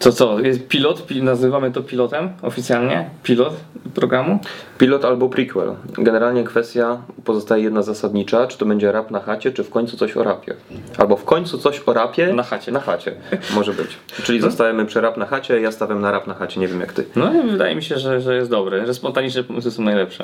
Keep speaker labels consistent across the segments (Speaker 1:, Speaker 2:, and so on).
Speaker 1: To co, jest pilot? Nazywamy to pilotem oficjalnie? Pilot programu?
Speaker 2: Pilot albo prequel. Generalnie kwestia pozostaje jedna zasadnicza, czy to będzie rap na chacie, czy w końcu coś o rapie. Albo w końcu coś o rapie
Speaker 1: na chacie.
Speaker 2: Na chacie. Może być. Czyli zostajemy przy rap na chacie, ja stawiam na rap na chacie, nie wiem jak ty.
Speaker 1: No i wydaje mi się, że jest dobry, że spontaniczne pomysły są najlepsze.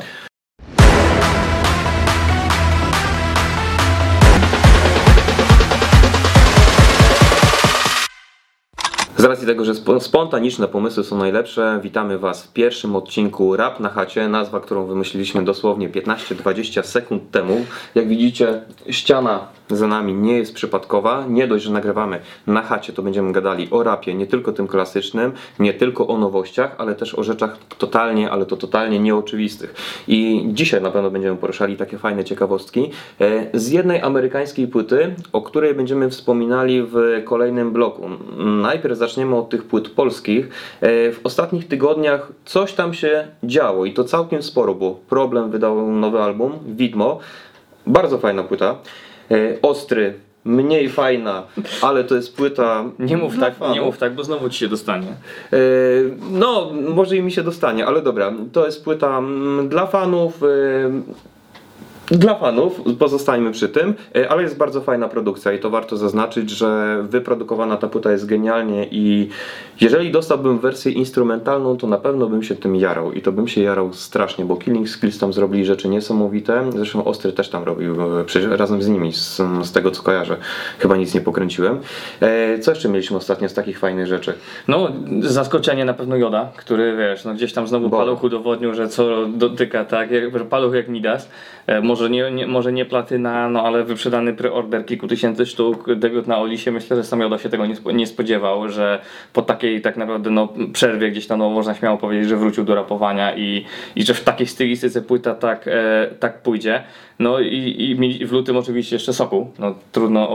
Speaker 2: Z racji tego, że spontaniczne pomysły są najlepsze, witamy Was w pierwszym odcinku Rap na chacie, nazwa, którą wymyśliliśmy dosłownie 15-20 sekund temu. Jak widzicie, ściana za nami nie jest przypadkowa. Nie dość, że nagrywamy na chacie, to będziemy gadali o rapie, nie tylko tym klasycznym, nie tylko o nowościach, ale też o rzeczach totalnie, ale to totalnie nieoczywistych. I dzisiaj na pewno będziemy poruszali takie fajne ciekawostki z jednej amerykańskiej płyty, o której będziemy wspominali w kolejnym bloku. Najpierw zaczniemy od tych płyt polskich. W ostatnich tygodniach coś tam się działo i to całkiem sporo, bo Problem wydał nowy album, Widmo. Bardzo fajna płyta. Ostry, mniej fajna, ale to jest płyta.
Speaker 1: Nie mów tak, bo znowu ci się dostanie.
Speaker 2: No, może i mi się dostanie, ale dobra, to jest płyta dla fanów. Dla fanów, pozostańmy przy tym, ale jest bardzo fajna produkcja i to warto zaznaczyć, że wyprodukowana ta płyta jest genialnie i jeżeli dostałbym wersję instrumentalną, to na pewno bym się tym jarał i to bym się jarał strasznie, bo Killing Skills tam zrobili rzeczy niesamowite, zresztą Ostry też tam robił, razem z nimi, z tego co kojarzę, chyba nic nie pokręciłem. Co jeszcze mieliśmy ostatnio z takich fajnych rzeczy?
Speaker 1: No, zaskoczenie na pewno Joda, który wiesz, no gdzieś tam znowu Paluch udowodnił, że co dotyka, tak, Paluch jak Midas. Może nie platyna, no ale wyprzedany preorder kilku tysięcy sztuk, debiut na Olisie, myślę, że sam Joda się tego nie spodziewał, że po takiej tak naprawdę przerwie gdzieś tam można śmiało powiedzieć, że wrócił do rapowania i że w takiej stylistyce płyta tak pójdzie. No i w lutym oczywiście jeszcze Sokół, no trudno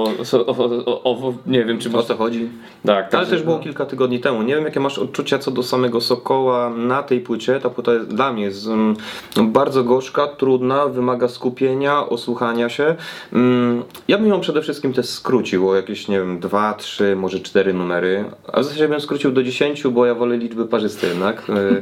Speaker 1: nie wiem czy...
Speaker 2: O co chodzi?
Speaker 1: Tak,
Speaker 2: ale też było kilka tygodni temu. Nie wiem jakie masz odczucia co do samego Sokoła na tej płycie. Ta płyta dla mnie jest bardzo gorzka, trudna, wymaga skupienia, osłuchania się. Ja bym ją przede wszystkim też skrócił o jakieś, nie wiem, 2, 3, może 4 numery. A w zasadzie bym skrócił do 10, bo ja wolę liczby parzyste jednak.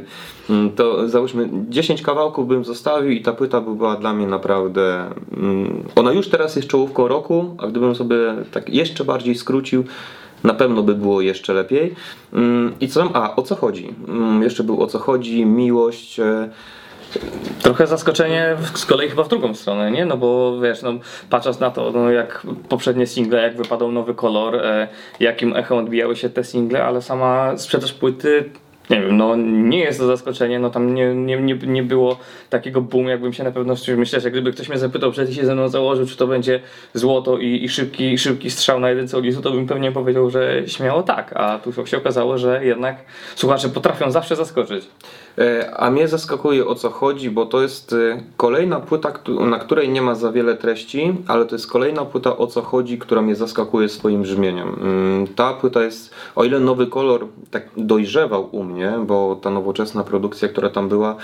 Speaker 2: To załóżmy 10 kawałków bym zostawił i ta płyta by była dla mnie naprawdę... Ona już teraz jest czołówką roku, a gdybym sobie tak jeszcze bardziej skrócił, na pewno by było jeszcze lepiej. I co tam? O co chodzi? Jeszcze był O co chodzi, Miłość...
Speaker 1: Trochę zaskoczenie z kolei chyba w drugą stronę, nie? No bo wiesz, no, patrząc na to, no, jak poprzednie single, jak wypadał Nowy Kolor, jakim echem odbijały się te single, ale sama sprzedaż płyty, nie wiem, no nie jest to zaskoczenie, no tam nie było takiego boom, jakbym się na pewno myślę, że gdyby ktoś mnie zapytał przed się ze mną założył, czy to będzie złoto i szybki strzał na jedynce Olisu, to bym pewnie powiedział, że śmiało tak, a tu się okazało, że jednak słuchacze potrafią zawsze zaskoczyć.
Speaker 2: A mnie zaskakuje O co chodzi, bo to jest kolejna płyta, na której nie ma za wiele treści, ale to jest kolejna płyta O co chodzi, która mnie zaskakuje swoim brzmieniem. Ta płyta jest, o ile Nowy Kolor tak dojrzewał u mnie, bo ta nowoczesna produkcja, która tam była,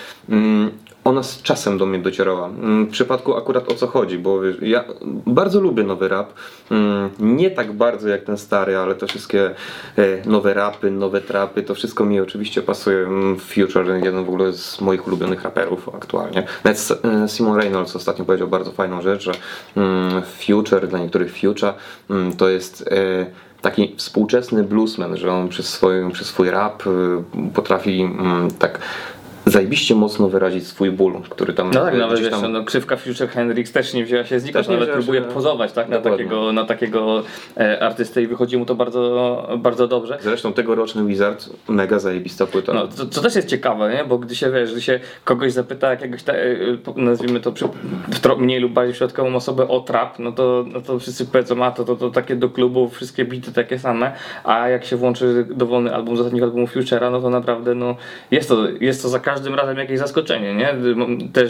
Speaker 2: ona z czasem do mnie docierała. W przypadku akurat O co chodzi, bo wiesz, ja bardzo lubię nowy rap, nie tak bardzo jak ten stary, ale te wszystkie nowe rapy, nowe trapy, to wszystko mi oczywiście pasuje. Future, jeden w ogóle z moich ulubionych raperów aktualnie. Nawet Simon Reynolds ostatnio powiedział bardzo fajną rzecz, że Future, dla niektórych Future to jest taki współczesny bluesman, że on przez swój rap potrafi tak zajebiście mocno wyrazić swój ból, który tam...
Speaker 1: No tak, nawet wiesz, no, krzywka Future Hendrix też nie wzięła się znikąd, nawet próbuje pozować tak, na takiego artystę i wychodzi mu to bardzo, bardzo dobrze.
Speaker 2: Zresztą tegoroczny Wizard, mega zajebista płyta.
Speaker 1: No, to też jest ciekawe, nie? Bo gdy się kogoś zapyta jakiegoś, nazwijmy to mniej lub bardziej przypadkową osobę o trap, no to wszyscy powiedzą, to takie do klubu, wszystkie bity takie same, a jak się włączy dowolny album z ostatnich albumów Future'a, no to naprawdę no, jest to za każdym razem jakieś zaskoczenie, nie? Też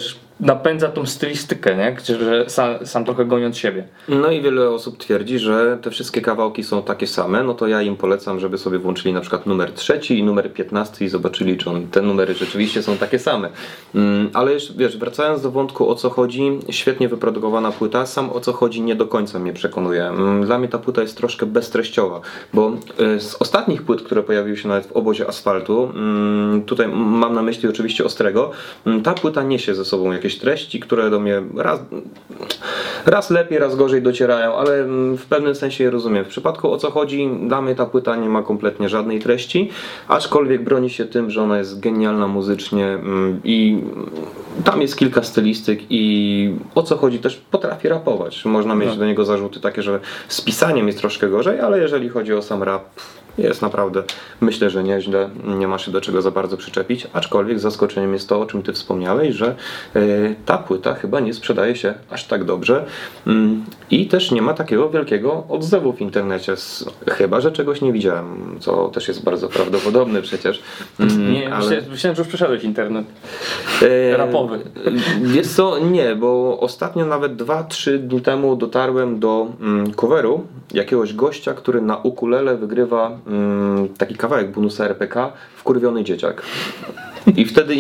Speaker 1: napędza tą stylistykę, nie? Że sam trochę goniąc siebie.
Speaker 2: No i wiele osób twierdzi, że te wszystkie kawałki są takie same, no to ja im polecam, żeby sobie włączyli na przykład numer 3 i numer 15 i zobaczyli, czy te numery rzeczywiście są takie same. Ale już, wiesz, wracając do wątku, o co chodzi, świetnie wyprodukowana płyta, sam o co chodzi nie do końca mnie przekonuje. Dla mnie ta płyta jest troszkę beztreściowa, bo z ostatnich płyt, które pojawiły się nawet w obozie Asfaltu, tutaj mam na myśli oczywiście Ostrego, ta płyta niesie ze sobą jakieś treści, które do mnie raz lepiej, raz gorzej docierają, ale w pewnym sensie je rozumiem. W przypadku o co chodzi, dla mnie ta płyta nie ma kompletnie żadnej treści, aczkolwiek broni się tym, że ona jest genialna muzycznie i tam jest kilka stylistyk i o co chodzi też potrafi rapować. Można mieć do niego zarzuty takie, że z pisaniem jest troszkę gorzej, ale jeżeli chodzi o sam rap, jest naprawdę, myślę, że nieźle, nie ma się do czego za bardzo przyczepić, aczkolwiek zaskoczeniem jest to, o czym ty wspomniałeś, że ta płyta chyba nie sprzedaje się aż tak dobrze i też nie ma takiego wielkiego odzewu w internecie, chyba że czegoś nie widziałem, co też jest bardzo prawdopodobne przecież.
Speaker 1: Nie, ale... myślałem, że już przeszedłeś internet rapowy.
Speaker 2: Wiesz co, nie, bo ostatnio nawet 2-3 dni temu dotarłem do coveru jakiegoś gościa, który na ukulele wygrywa taki kawałek bonusa RPK, Wkurwiony dzieciak. I wtedy,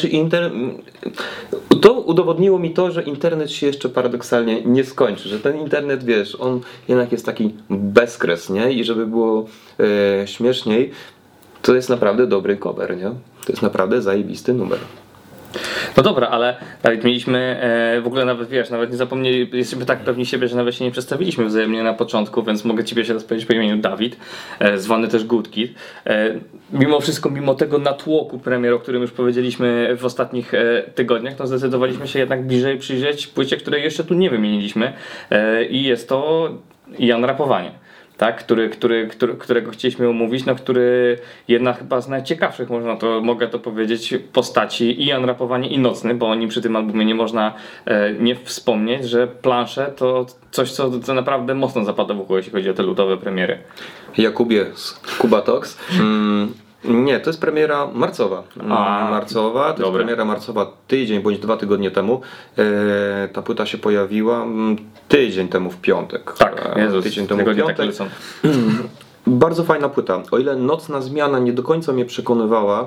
Speaker 2: to udowodniło mi to, że internet się jeszcze paradoksalnie nie skończy, że ten internet, wiesz, on jednak jest taki bezkres, nie? I żeby było śmieszniej, to jest naprawdę dobry cover, nie? To jest naprawdę zajebisty numer.
Speaker 1: No dobra, ale nawet mieliśmy, w ogóle nawet wiesz, nawet nie zapomnieli, jesteśmy tak pewni siebie, że nawet się nie przedstawiliśmy wzajemnie na początku, więc mogę ciebie się rozpowiedzieć po imieniu Dawid, zwany też Good Kid. Mimo wszystko, mimo tego natłoku premier, o którym już powiedzieliśmy w ostatnich tygodniach, to zdecydowaliśmy się jednak bliżej przyjrzeć płycie, której jeszcze tu nie wymieniliśmy i jest to Jan Rapowanie. Tak, którego chcieliśmy omówić, no który jedna chyba z najciekawszych, mogę to powiedzieć, postaci i Jan Rapowanie i Nocny, bo o nim przy tym albumie nie można nie wspomnieć, że plansze to coś, co naprawdę mocno zapada w ucho, jeśli chodzi o te lutowe premiery.
Speaker 2: Jakubie z Kubatox. Nie, to jest premiera marcowa. To jest premiera marcowa tydzień bądź 2 tygodnie temu. Ta płyta się pojawiła tydzień temu w piątek.
Speaker 1: Tak, Jezus,
Speaker 2: tydzień temu w piątek.
Speaker 1: Tak
Speaker 2: Bardzo fajna płyta. O ile Nocna Zmiana nie do końca mnie przekonywała,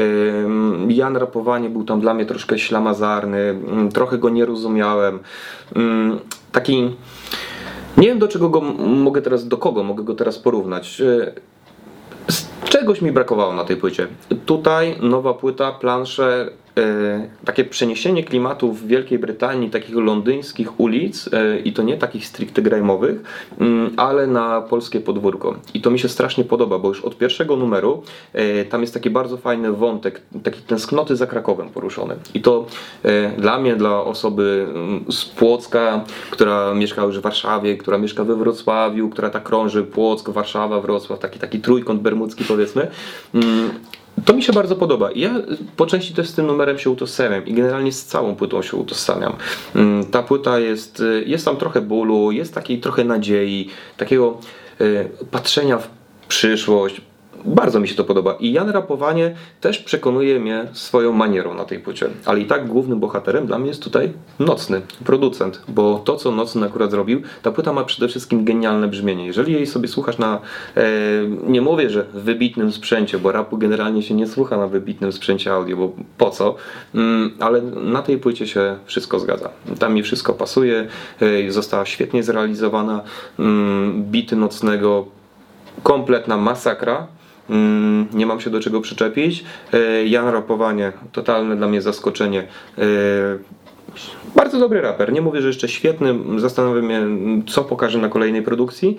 Speaker 2: Jan Rapowanie był tam dla mnie troszkę ślamazarny, trochę go nie rozumiałem. Taki... Nie wiem do kogo mogę go teraz porównać. Czegoś mi brakowało na tej płycie. Tutaj nowa płyta, plansze, takie przeniesienie klimatu w Wielkiej Brytanii, takich londyńskich ulic i to nie takich stricte grajmowych, ale na polskie podwórko. I to mi się strasznie podoba, bo już od pierwszego numeru tam jest taki bardzo fajny wątek, taki tęsknoty za Krakowem poruszony. I to dla mnie, dla osoby z Płocka, która mieszka już w Warszawie, która mieszka we Wrocławiu, która tak krąży Płock, Warszawa, Wrocław, taki trójkąt bermudzki powiedzmy, to mi się bardzo podoba i ja po części też z tym numerem się utożsamiam i generalnie z całą płytą się utożsamiam. Ta płyta jest tam trochę bólu, jest takiej trochę nadziei, takiego patrzenia w przyszłość. Bardzo mi się to podoba i Jan Rapowanie też przekonuje mnie swoją manierą na tej płycie, ale i tak głównym bohaterem dla mnie jest tutaj Nocny, producent, bo to co Nocny akurat zrobił, ta płyta ma przede wszystkim genialne brzmienie. Jeżeli jej sobie słuchasz na, nie mówię, że wybitnym sprzęcie, bo rapu generalnie się nie słucha na wybitnym sprzęcie audio, bo po co, ale na tej płycie się wszystko zgadza. Tam mi wszystko pasuje, została świetnie zrealizowana, bity Nocnego, kompletna masakra. Nie mam się do czego przyczepić. Jan Rapowanie, totalne dla mnie zaskoczenie. Bardzo dobry raper. Nie mówię, że jeszcze świetny. Zastanawiam się, co pokaże na kolejnej produkcji.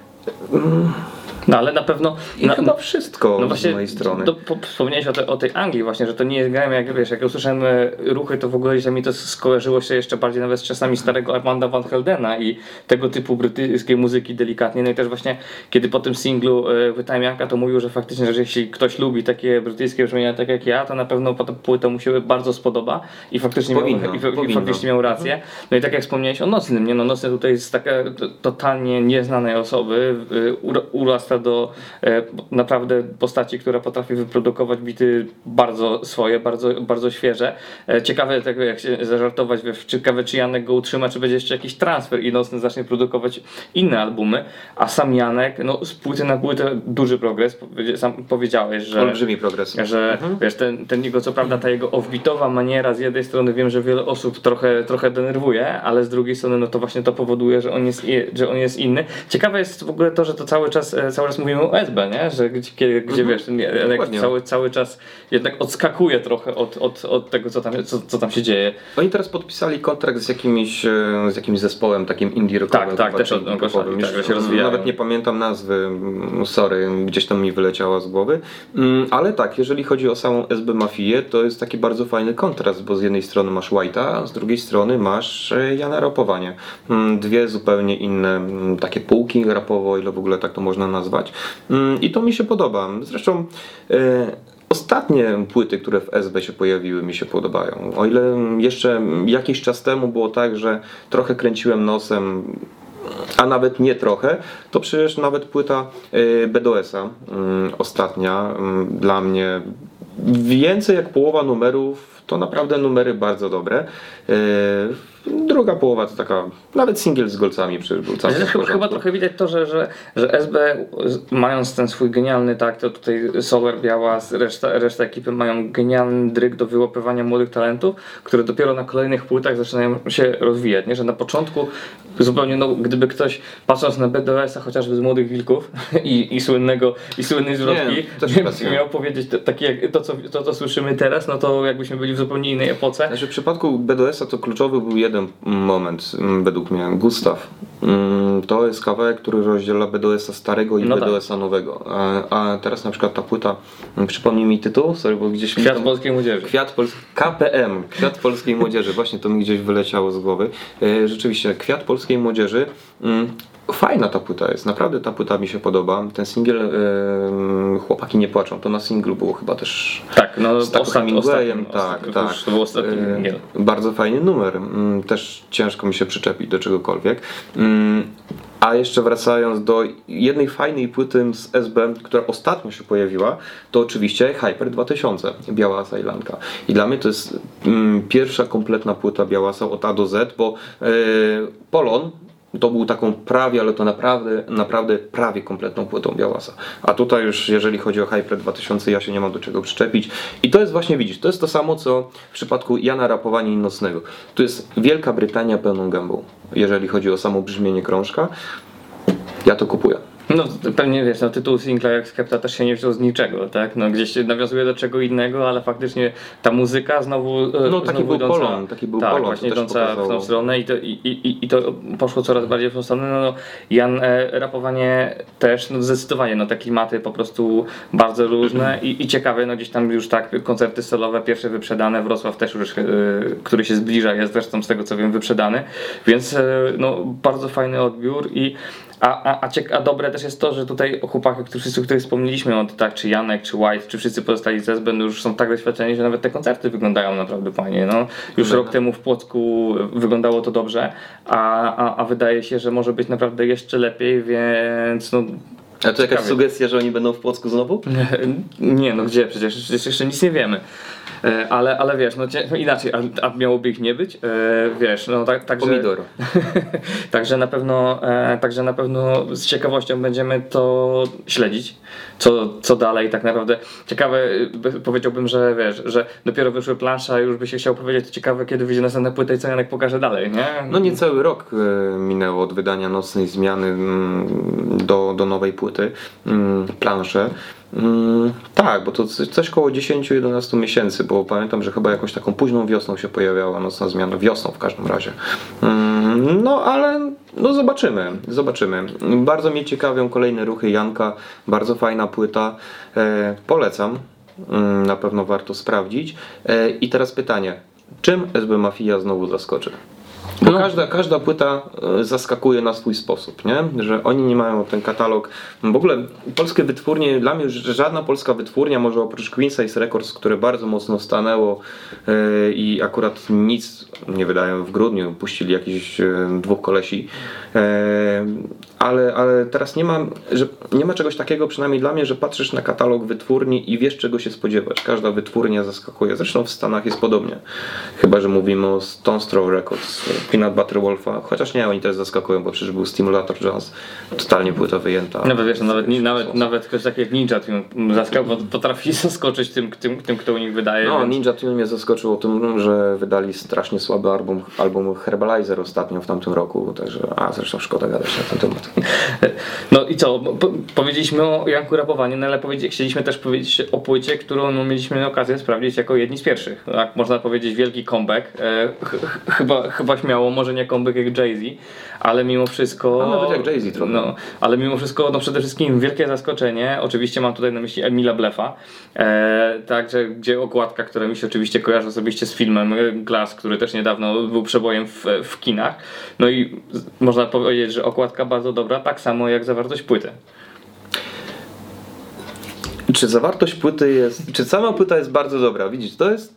Speaker 1: No ale na pewno...
Speaker 2: chyba wszystko z mojej strony.
Speaker 1: Wspomniałeś o tej Anglii właśnie, że to nie jest grałem, jak usłyszałem ruchy, to w ogóle że mi to skojarzyło się jeszcze bardziej nawet z czasami starego Armanda Van Heldena i tego typu brytyjskiej muzyki delikatnie. No i też właśnie, kiedy po tym singlu Pytałem Janka, to mówił, że faktycznie, że jeśli ktoś lubi takie brytyjskie brzmienia tak jak ja, to na pewno ta płyta mu się bardzo spodoba i faktycznie faktycznie miał rację. No i tak jak wspomniałeś o Nocnym, nie? No Nocny tutaj jest taka totalnie nieznanej osoby, urasta wzrasta do naprawdę postaci, która potrafi wyprodukować bity bardzo swoje, bardzo, bardzo świeże. Ciekawe, tak jak się zażartować, ciekawe czy Janek go utrzyma, czy będzie jeszcze jakiś transfer i Nocny zacznie produkować inne albumy, a sam Janek, no z płyty na płytę duży progres, sam powiedziałeś, że
Speaker 2: olbrzymi progres.
Speaker 1: Że wiesz, ten jego, co prawda ta jego offbeatowa maniera z jednej strony wiem, że wiele osób trochę denerwuje, ale z drugiej strony no to właśnie to powoduje, że on jest inny. Ciekawe jest w ogóle to, że to cały czas mówimy o SB, nie? Że gdzie wiesz, cały czas jednak odskakuje trochę od tego, co tam się dzieje.
Speaker 2: Oni teraz podpisali kontrakt z jakimś zespołem takim indie rockowym.
Speaker 1: Tak, też ogłaszali, że się rozwijają.
Speaker 2: Nawet nie pamiętam nazwy, sorry, gdzieś tam mi wyleciała z głowy. Ale tak, jeżeli chodzi o samą SB Mafię, to jest taki bardzo fajny kontrast, bo z jednej strony masz White'a, a z drugiej strony masz Jana Rapowanie. Dwie zupełnie inne takie półki rapowo, o ile w ogóle tak to można nazwać. I to mi się podoba. Zresztą ostatnie płyty, które w SB się pojawiły, mi się podobają. O ile jeszcze jakiś czas temu było tak, że trochę kręciłem nosem, a nawet nie trochę, to przecież nawet płyta BDS-a ostatnia dla mnie więcej jak połowa numerów to naprawdę numery bardzo dobre. Druga połowa to taka, nawet singiel z golcami przecież był całkiem
Speaker 1: chyba trochę widać to, że SB mając ten swój genialny takt, to tutaj Solar, Białas, reszta ekipy mają genialny dryg do wyłapywania młodych talentów, które dopiero na kolejnych płytach zaczynają się rozwijać, nie? Że na początku zupełnie, no, gdyby ktoś patrząc na BDS-a chociażby z Młodych Wilków i słynnej zwrotki, miał powiedzieć takie jak to co słyszymy teraz, no to jakbyśmy byli w zupełnie innej epoce.
Speaker 2: Znaczy w przypadku BDS-a to kluczowy był jeden moment według mnie, Gustaw. To jest kawałek, który rozdziela BDS-a starego i BDS-a nowego. A teraz na przykład ta płyta, przypomnij mi tytuł, sorry, bo gdzieś
Speaker 1: Kwiat Polskiej Młodzieży.
Speaker 2: KPM, Kwiat Polskiej Młodzieży, właśnie to mi gdzieś wyleciało z głowy. Rzeczywiście, Kwiat Polskiej Młodzieży. Fajna ta płyta jest, naprawdę ta płyta mi się podoba. Ten singiel Chłopaki nie płaczą, to na singlu było chyba też.
Speaker 1: Tak, no
Speaker 2: z takim Hemingwayem, tak.
Speaker 1: To był ostatni singiel.
Speaker 2: Bardzo fajny numer. Też ciężko mi się przyczepić do czegokolwiek. A jeszcze wracając do jednej fajnej płyty z SB, która ostatnio się pojawiła, to oczywiście Hyper 2000, Białasa i Lanka. I dla mnie to jest pierwsza kompletna płyta Białasa od A do Z, bo Polon to był taką prawie, ale to naprawdę prawie kompletną płytą Białasa. A tutaj już, jeżeli chodzi o Hyper 2000, ja się nie mam do czego przyczepić. I to jest właśnie, widzisz, to jest to samo, co w przypadku Jana Rapowania i Nocnego. Tu jest Wielka Brytania pełną gębą, jeżeli chodzi o samo brzmienie krążka. Ja to kupuję.
Speaker 1: No pewnie wiesz, no tytuł singla jak Skepta też się nie wziął z niczego, tak? No gdzieś nawiązuje do czego innego, ale faktycznie ta muzyka znowu
Speaker 2: taki był
Speaker 1: idąca,
Speaker 2: Polon,
Speaker 1: tak, właśnie idąca w tą stronę i to poszło coraz bardziej w tą stronę. No, Jan rapowanie też, no zdecydowanie, no te klimaty po prostu bardzo różne i ciekawe, no gdzieś tam już tak koncerty solowe, pierwsze wyprzedane, Wrocław też już, który się zbliża, jest zresztą z tego co wiem wyprzedany, więc no bardzo fajny odbiór a dobre też jest to, że tutaj chłopaki, których wspomnieliśmy, tak, czy Janek, czy White, czy wszyscy pozostali z SB już są tak doświadczeni, że nawet te koncerty wyglądają naprawdę fajnie. No. Już rok temu w Płocku wyglądało to dobrze, a wydaje się, że może być naprawdę jeszcze lepiej, więc no.
Speaker 2: A to jakaś sugestia, że oni będą w Płocku znowu?
Speaker 1: Nie, no gdzie? Przecież jeszcze nic nie wiemy. Ale wiesz, no inaczej, a miałoby ich nie być, wiesz, no także
Speaker 2: pomidor.
Speaker 1: Także na pewno z ciekawością będziemy to śledzić, co dalej tak naprawdę. Ciekawe, powiedziałbym, że wiesz, że dopiero wyszły plansze, a już by się chciał powiedzieć, to ciekawe kiedy wyjdzie następna płyta i co Janek pokaże dalej, nie?
Speaker 2: No niecały rok minęło od wydania Nocnej Zmiany do nowej płyty, plansze. Tak, bo to coś koło 10-11 miesięcy, bo pamiętam, że chyba jakąś taką późną wiosną się pojawiała Nocna Zmiana, wiosną w każdym razie. No ale no zobaczymy. Bardzo mnie ciekawią kolejne ruchy Janka, bardzo fajna płyta, polecam, na pewno warto sprawdzić. I teraz pytanie, czym SB Mafia znowu zaskoczy? Bo każda płyta zaskakuje na swój sposób, nie? Że oni nie mają ten katalog. W ogóle polskie wytwórnie, dla mnie już żadna polska wytwórnia, może oprócz Queen Size Records, które bardzo mocno stanęło i akurat nic nie wydają w grudniu, puścili jakichś 2 kolesi. Ale teraz nie ma czegoś takiego, przynajmniej dla mnie, że patrzysz na katalog wytwórni i wiesz, czego się spodziewać. Każda wytwórnia zaskakuje. Zresztą w Stanach jest podobnie. Chyba że mówimy o Stone's Throw Records, Peanut Butter Wolfa, chociaż nie, oni też zaskakują, bo przecież był Stimulator Jazz, totalnie płyta wyjęta.
Speaker 1: Nawet wiesz, nawet ktoś taki jak Ninja Tune potrafi zaskoczyć tym, kto u nich wydaje.
Speaker 2: No,
Speaker 1: więc...
Speaker 2: Ninja Tune mnie zaskoczyło tym, że wydali strasznie słaby album Herbalizer ostatnio w tamtym roku, także, zresztą szkoda gadać na ten temat.
Speaker 1: No i co, powiedzieliśmy o Janku Rapowaniu, no ale chcieliśmy też powiedzieć o płycie, którą mieliśmy okazję sprawdzić jako jedni z pierwszych. Tak, można powiedzieć wielki comeback, chyba śmiało, może nie comeback jak Jay-Z, ale mimo wszystko...
Speaker 2: A nawet jak Jay-Z trochę.
Speaker 1: No, ale mimo wszystko, no przede wszystkim wielkie zaskoczenie, oczywiście mam tutaj na myśli Emila Blefa, także gdzie okładka, która mi się oczywiście kojarzy osobiście z filmem Glass, który też niedawno był przebojem w kinach, no i można powiedzieć, że okładka bardzo dobra, tak samo jak zawartość płyty.
Speaker 2: Czy zawartość płyty jest... Czy sama płyta jest bardzo dobra? Widzisz, to jest...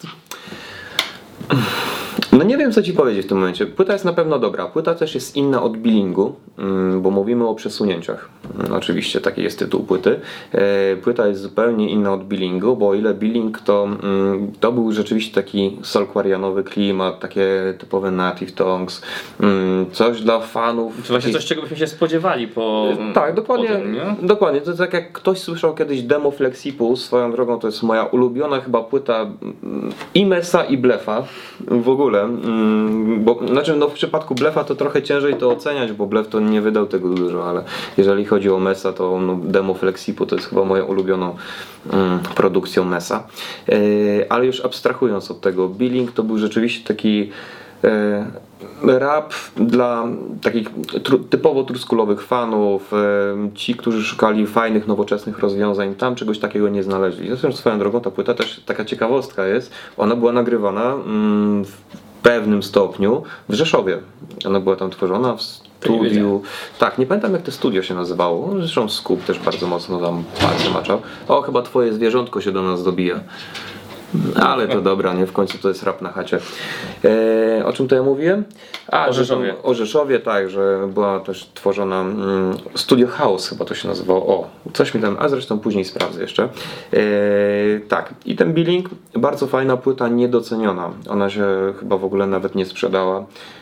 Speaker 2: No nie wiem, co ci powiedzieć w tym momencie. Płyta jest na pewno dobra. Płyta też jest inna od billingu, bo mówimy o przesunięciach. Oczywiście taki jest tytuł płyty. Płyta jest zupełnie inna od billingu, bo o ile billing to był rzeczywiście taki soulquarianowy klimat, takie typowe native tongues, coś dla fanów.
Speaker 1: To właśnie coś, czego byśmy się spodziewali po...
Speaker 2: Tak, dokładnie.
Speaker 1: Po tym, nie?
Speaker 2: Dokładnie. To jest tak, jak ktoś słyszał kiedyś demo Flexipu, swoją drogą to jest moja ulubiona chyba płyta i Messa i Blefa w ogóle. Bo znaczy w przypadku Blefa to trochę ciężej to oceniać, bo Blef to nie wydał tego dużo, ale jeżeli chodzi o Messa, to demo Flexipu to jest chyba moją ulubioną produkcją Messa. Ale już abstrahując od tego, billing to był rzeczywiście taki rap dla takich typowo truskulowych fanów, ci, którzy szukali fajnych, nowoczesnych rozwiązań, tam czegoś takiego nie znaleźli. Zresztą swoją drogą ta płyta też taka ciekawostka jest, ona była nagrywana w pewnym stopniu w Rzeszowie. Ona była tam tworzona w studiu. Tak, nie pamiętam jak to studio się nazywało. Zresztą Skup też bardzo mocno tam palce maczał. O, chyba twoje zwierzątko się do nas dobija. Ale to dobra, nie? W końcu to jest rap na chacie. O czym to ja mówiłem?
Speaker 1: O Rzeszowie.
Speaker 2: O Rzeszowie, tak, że była też tworzona Studio House chyba to się nazywało. O, coś mi tam, a zresztą później sprawdzę jeszcze. Tak, i ten billing, bardzo fajna płyta, niedoceniona. Ona się chyba w ogóle nawet nie sprzedała.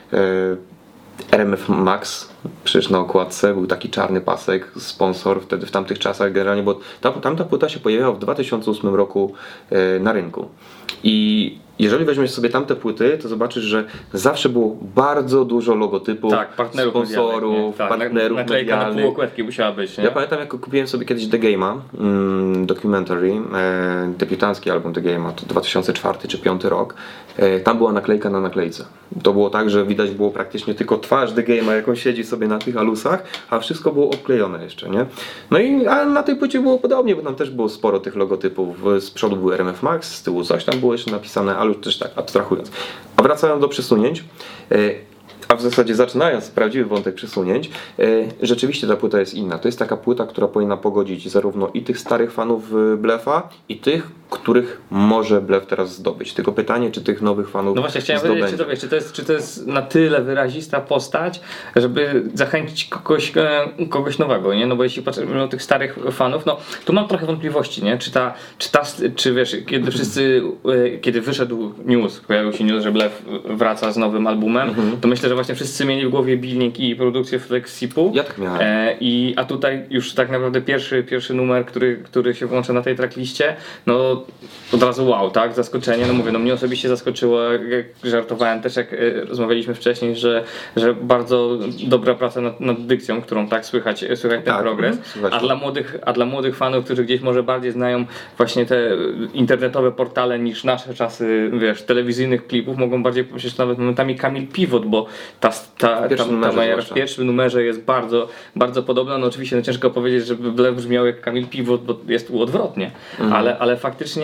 Speaker 2: RMF Max, przecież na okładce był taki czarny pasek, sponsor wtedy w tamtych czasach generalnie, bo tamta płyta się pojawiła w 2008 roku na rynku. I jeżeli weźmiesz sobie tamte płyty, to zobaczysz, że zawsze było bardzo dużo logotypów,
Speaker 1: partnerów
Speaker 2: sponsorów, partnerów
Speaker 1: naklejka
Speaker 2: medialnych.
Speaker 1: na półokładki musiała być, nie?
Speaker 2: Ja pamiętam, jak kupiłem sobie kiedyś The Game'a, documentary, debiutancki album The Game'a, to 2004 czy 2005 rok. Tam była naklejka na naklejce. To było tak, że widać było praktycznie tylko twarz The Game'a, jak on siedzi sobie na tych alusach, a wszystko było obklejone jeszcze, nie? No i a na tej płycie było podobnie, bo tam też było sporo tych logotypów. Z przodu był RMF Max, z tyłu coś tam było jeszcze napisane, ale już też tak abstrahując. A wracając do przesunięć, a w zasadzie zaczynając prawdziwy wątek przesunięć, rzeczywiście ta płyta jest inna. To jest taka płyta, która powinna pogodzić zarówno i tych starych fanów Blefa, i tych, których może Blef teraz zdobyć. Tylko pytanie, czy tych nowych fanów
Speaker 1: No właśnie, chciałem powiedzieć, czy to jest na tyle wyrazista postać, żeby zachęcić kogoś nowego, nie? No bo jeśli patrzymy na tych starych fanów, no tu mam trochę wątpliwości, nie? Czy wiesz, kiedy wyszedł news, pojawił się news, że Blef wraca z nowym albumem, to myślę, że właśnie wszyscy mieli w głowie billing i produkcję Flexipu.
Speaker 2: Ja tak miałem.
Speaker 1: A tutaj już tak naprawdę pierwszy numer, który się włącza na tej trackliście, no od razu wow, tak? Zaskoczenie. No mówię, no mnie osobiście zaskoczyło, jak żartowałem też, jak rozmawialiśmy wcześniej, że bardzo dobra praca nad dykcją, którą tak słychać ten progres. A dla młodych fanów, którzy gdzieś może bardziej znają właśnie te internetowe portale niż nasze czasy, wiesz, telewizyjnych klipów, mogą bardziej pomyśleć nawet momentami Kamil Pivot, bo ta Majera w pierwszym numerze jest bardzo, bardzo podobna. No oczywiście ciężko powiedzieć, żeby Blef brzmiał jak Kamil Pivot, bo jest tu odwrotnie, ale faktycznie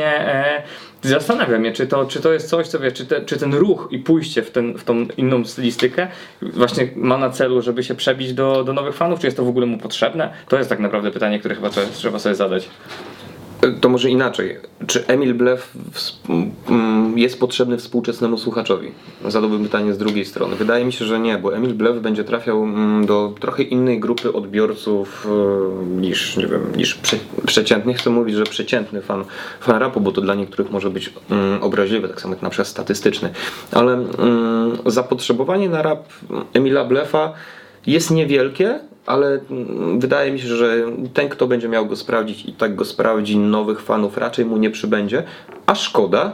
Speaker 1: właśnie zastanawia mnie, czy to jest coś, co wiesz, czy ten ruch i pójście w tą inną stylistykę właśnie ma na celu, żeby się przebić do nowych fanów, czy jest to w ogóle mu potrzebne? To jest tak naprawdę pytanie, które chyba trzeba sobie zadać.
Speaker 2: To może inaczej. Czy Emil Blef jest potrzebny współczesnemu słuchaczowi? Zadałbym pytanie z drugiej strony. Wydaje mi się, że nie, bo Emil Blef będzie trafiał do trochę innej grupy odbiorców niż przeciętny. Nie chcę mówić, że przeciętny fan rapu, bo to dla niektórych może być obraźliwe, tak samo jak na przykład statystyczny. Ale zapotrzebowanie na rap Emila Blefa jest niewielkie, ale wydaje mi się, że ten, kto będzie miał go sprawdzić i tak go sprawdzi, nowych fanów raczej mu nie przybędzie, a szkoda,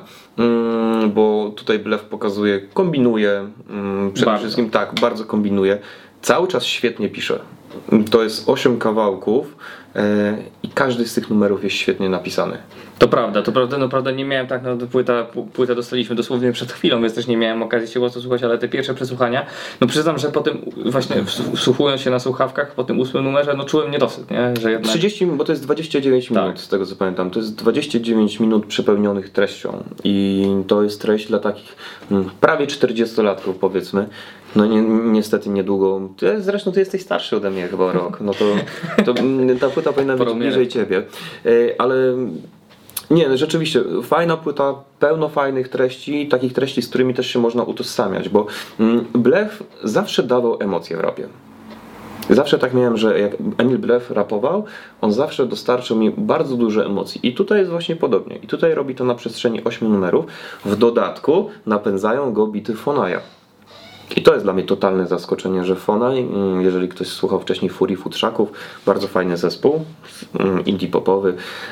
Speaker 2: bo tutaj Blef pokazuje, kombinuje, przede wszystkim tak, bardzo kombinuje, cały czas świetnie pisze. To jest 8 kawałków i każdy z tych numerów jest świetnie napisany.
Speaker 1: To prawda, no prawda nie miałem tak, no płytę dostaliśmy dosłownie przed chwilą, więc też nie miałem okazji się mocno słuchać, ale te pierwsze przesłuchania, no przyznam, że po tym właśnie wsłuchując się na słuchawkach, po tym 8 numerze, no czułem niedosyt, nie? Że jednak...
Speaker 2: 30, bo to jest 29 minut,
Speaker 1: tak.
Speaker 2: Z tego co pamiętam, to jest 29 minut przepełnionych treścią i to jest treść dla takich prawie 40-latków powiedzmy. No niestety niedługo, zresztą ty jesteś starszy ode mnie chyba o rok, no to ta płyta powinna być bliżej ciebie, ale nie, rzeczywiście fajna płyta, pełno fajnych treści, takich treści, z którymi też się można utożsamiać, bo Blef zawsze dawał emocje w rapie. Zawsze tak miałem, że jak Emil Blef rapował, on zawsze dostarczył mi bardzo dużo emocji. I tutaj jest właśnie podobnie. I tutaj robi to na przestrzeni 8 numerów. W dodatku napędzają go bity Fonaja. I to jest dla mnie totalne zaskoczenie, że Fonaj, jeżeli ktoś słuchał wcześniej Furii Futrzaków, bardzo fajny zespół, indie popowy,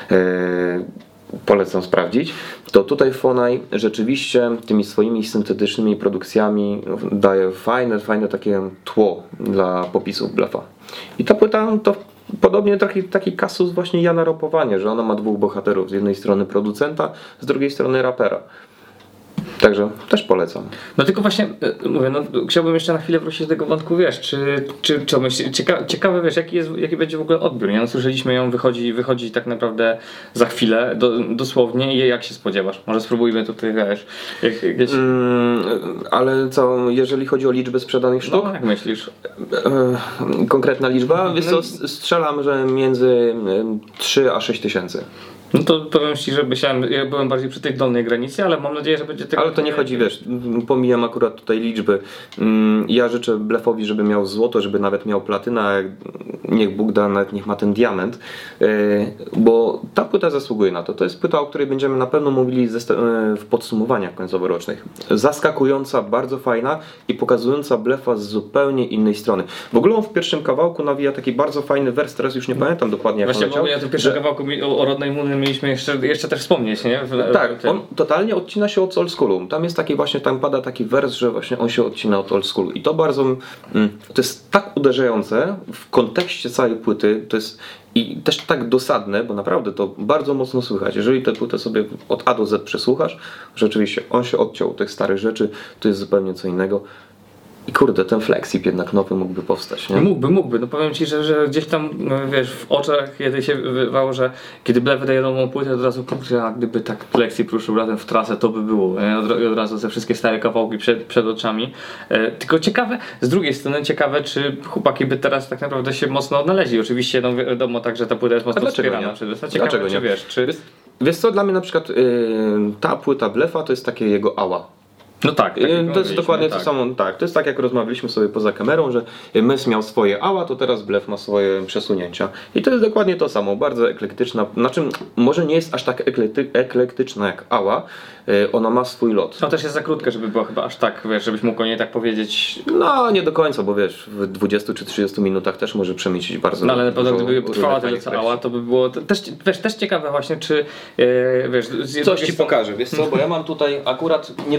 Speaker 2: polecam sprawdzić, to tutaj Fonaj rzeczywiście tymi swoimi syntetycznymi produkcjami daje fajne takie tło dla popisów Blefa. I ta płyta to podobnie taki kasus właśnie Jana Ropowanie, że ona ma dwóch bohaterów, z jednej strony producenta, z drugiej strony rapera. Także też polecam.
Speaker 1: No tylko właśnie mówię, no chciałbym jeszcze na chwilę wrócić do tego wątku, wiesz, czy myślisz, ciekawe wiesz, jaki będzie w ogóle odbiór, nie? No słyszeliśmy ją, wychodzi tak naprawdę za chwilę, dosłownie i jak się spodziewasz? Może spróbujmy tutaj, wiesz, jakieś...
Speaker 2: Ale co, jeżeli chodzi o liczbę sprzedanych sztuk?
Speaker 1: No, jak myślisz?
Speaker 2: Konkretna liczba? Wiesz co, strzelam, że między 3 a 6 tysięcy.
Speaker 1: No to powiem Ci, że ja byłem bardziej przy tej dolnej granicy, ale mam nadzieję, że będzie tego...
Speaker 2: Ale to nie chodzi, wiesz, pomijam akurat tutaj liczby. Ja życzę Blefowi, żeby miał złoto, żeby nawet miał platynę, niech Bóg da, nawet niech ma ten diament, bo ta płyta zasługuje na to. To jest płyta, o której będziemy na pewno mówili w podsumowaniach końcowo-rocznych. Zaskakująca, bardzo fajna i pokazująca Blefa z zupełnie innej strony. W ogóle on w pierwszym kawałku nawija taki bardzo fajny wers, teraz już nie pamiętam dokładnie jak
Speaker 1: właśnie,
Speaker 2: on leciał.
Speaker 1: Ja tu pierwszym kawałku o Rodnej Muny mieliśmy jeszcze też wspomnieć, nie?
Speaker 2: Tak, on totalnie odcina się od old schoolu. Tam jest taki właśnie, tam pada taki wers, że właśnie on się odcina od old schoolu. I to bardzo, to jest tak uderzające w kontekście całej płyty, to jest i też tak dosadne, bo naprawdę to bardzo mocno słychać. Jeżeli tę płytę sobie od A do Z przesłuchasz, rzeczywiście on się odciął tych starych rzeczy, to jest zupełnie co innego. I kurde, ten flexip jednak nowy mógłby powstać, nie?
Speaker 1: Mógłby. No powiem Ci, że gdzieś tam, wiesz, w oczach kiedy się wydawało, że kiedy Blef wydaje nową płytę, od razu kurczę, a gdyby tak flexip ruszył razem w trasę, to by było, nie? Od razu te wszystkie stare kawałki przed oczami. Tylko ciekawe, z drugiej strony ciekawe, czy chłopaki by teraz tak naprawdę się mocno odnaleźli. Oczywiście no wiadomo tak, że ta płyta jest mocno wspierana.
Speaker 2: Dlaczego nie? Wiesz co, dla mnie na przykład ta płyta Blefa to jest takie jego ała.
Speaker 1: No tak.
Speaker 2: To jest dokładnie to samo. Tak, to jest tak jak rozmawialiśmy sobie poza kamerą, że Mys miał swoje ała, to teraz Blef ma swoje przesunięcia. I to jest dokładnie to samo, bardzo eklektyczna. Znaczy, może nie jest aż tak eklektyczna jak ała, ona ma swój lot.
Speaker 1: No też jest za krótka, żeby była chyba aż tak, wiesz, żebyś mógł o niej tak powiedzieć.
Speaker 2: No nie do końca, bo wiesz, w 20 czy 30 minutach też może przemieścić bardzo.
Speaker 1: No ale na pewno gdyby trwała tyle co ała, to by było też ciekawe właśnie, czy wiesz...
Speaker 2: Coś ci pokażę, wiesz co, bo ja mam tutaj akurat, nie będziemy o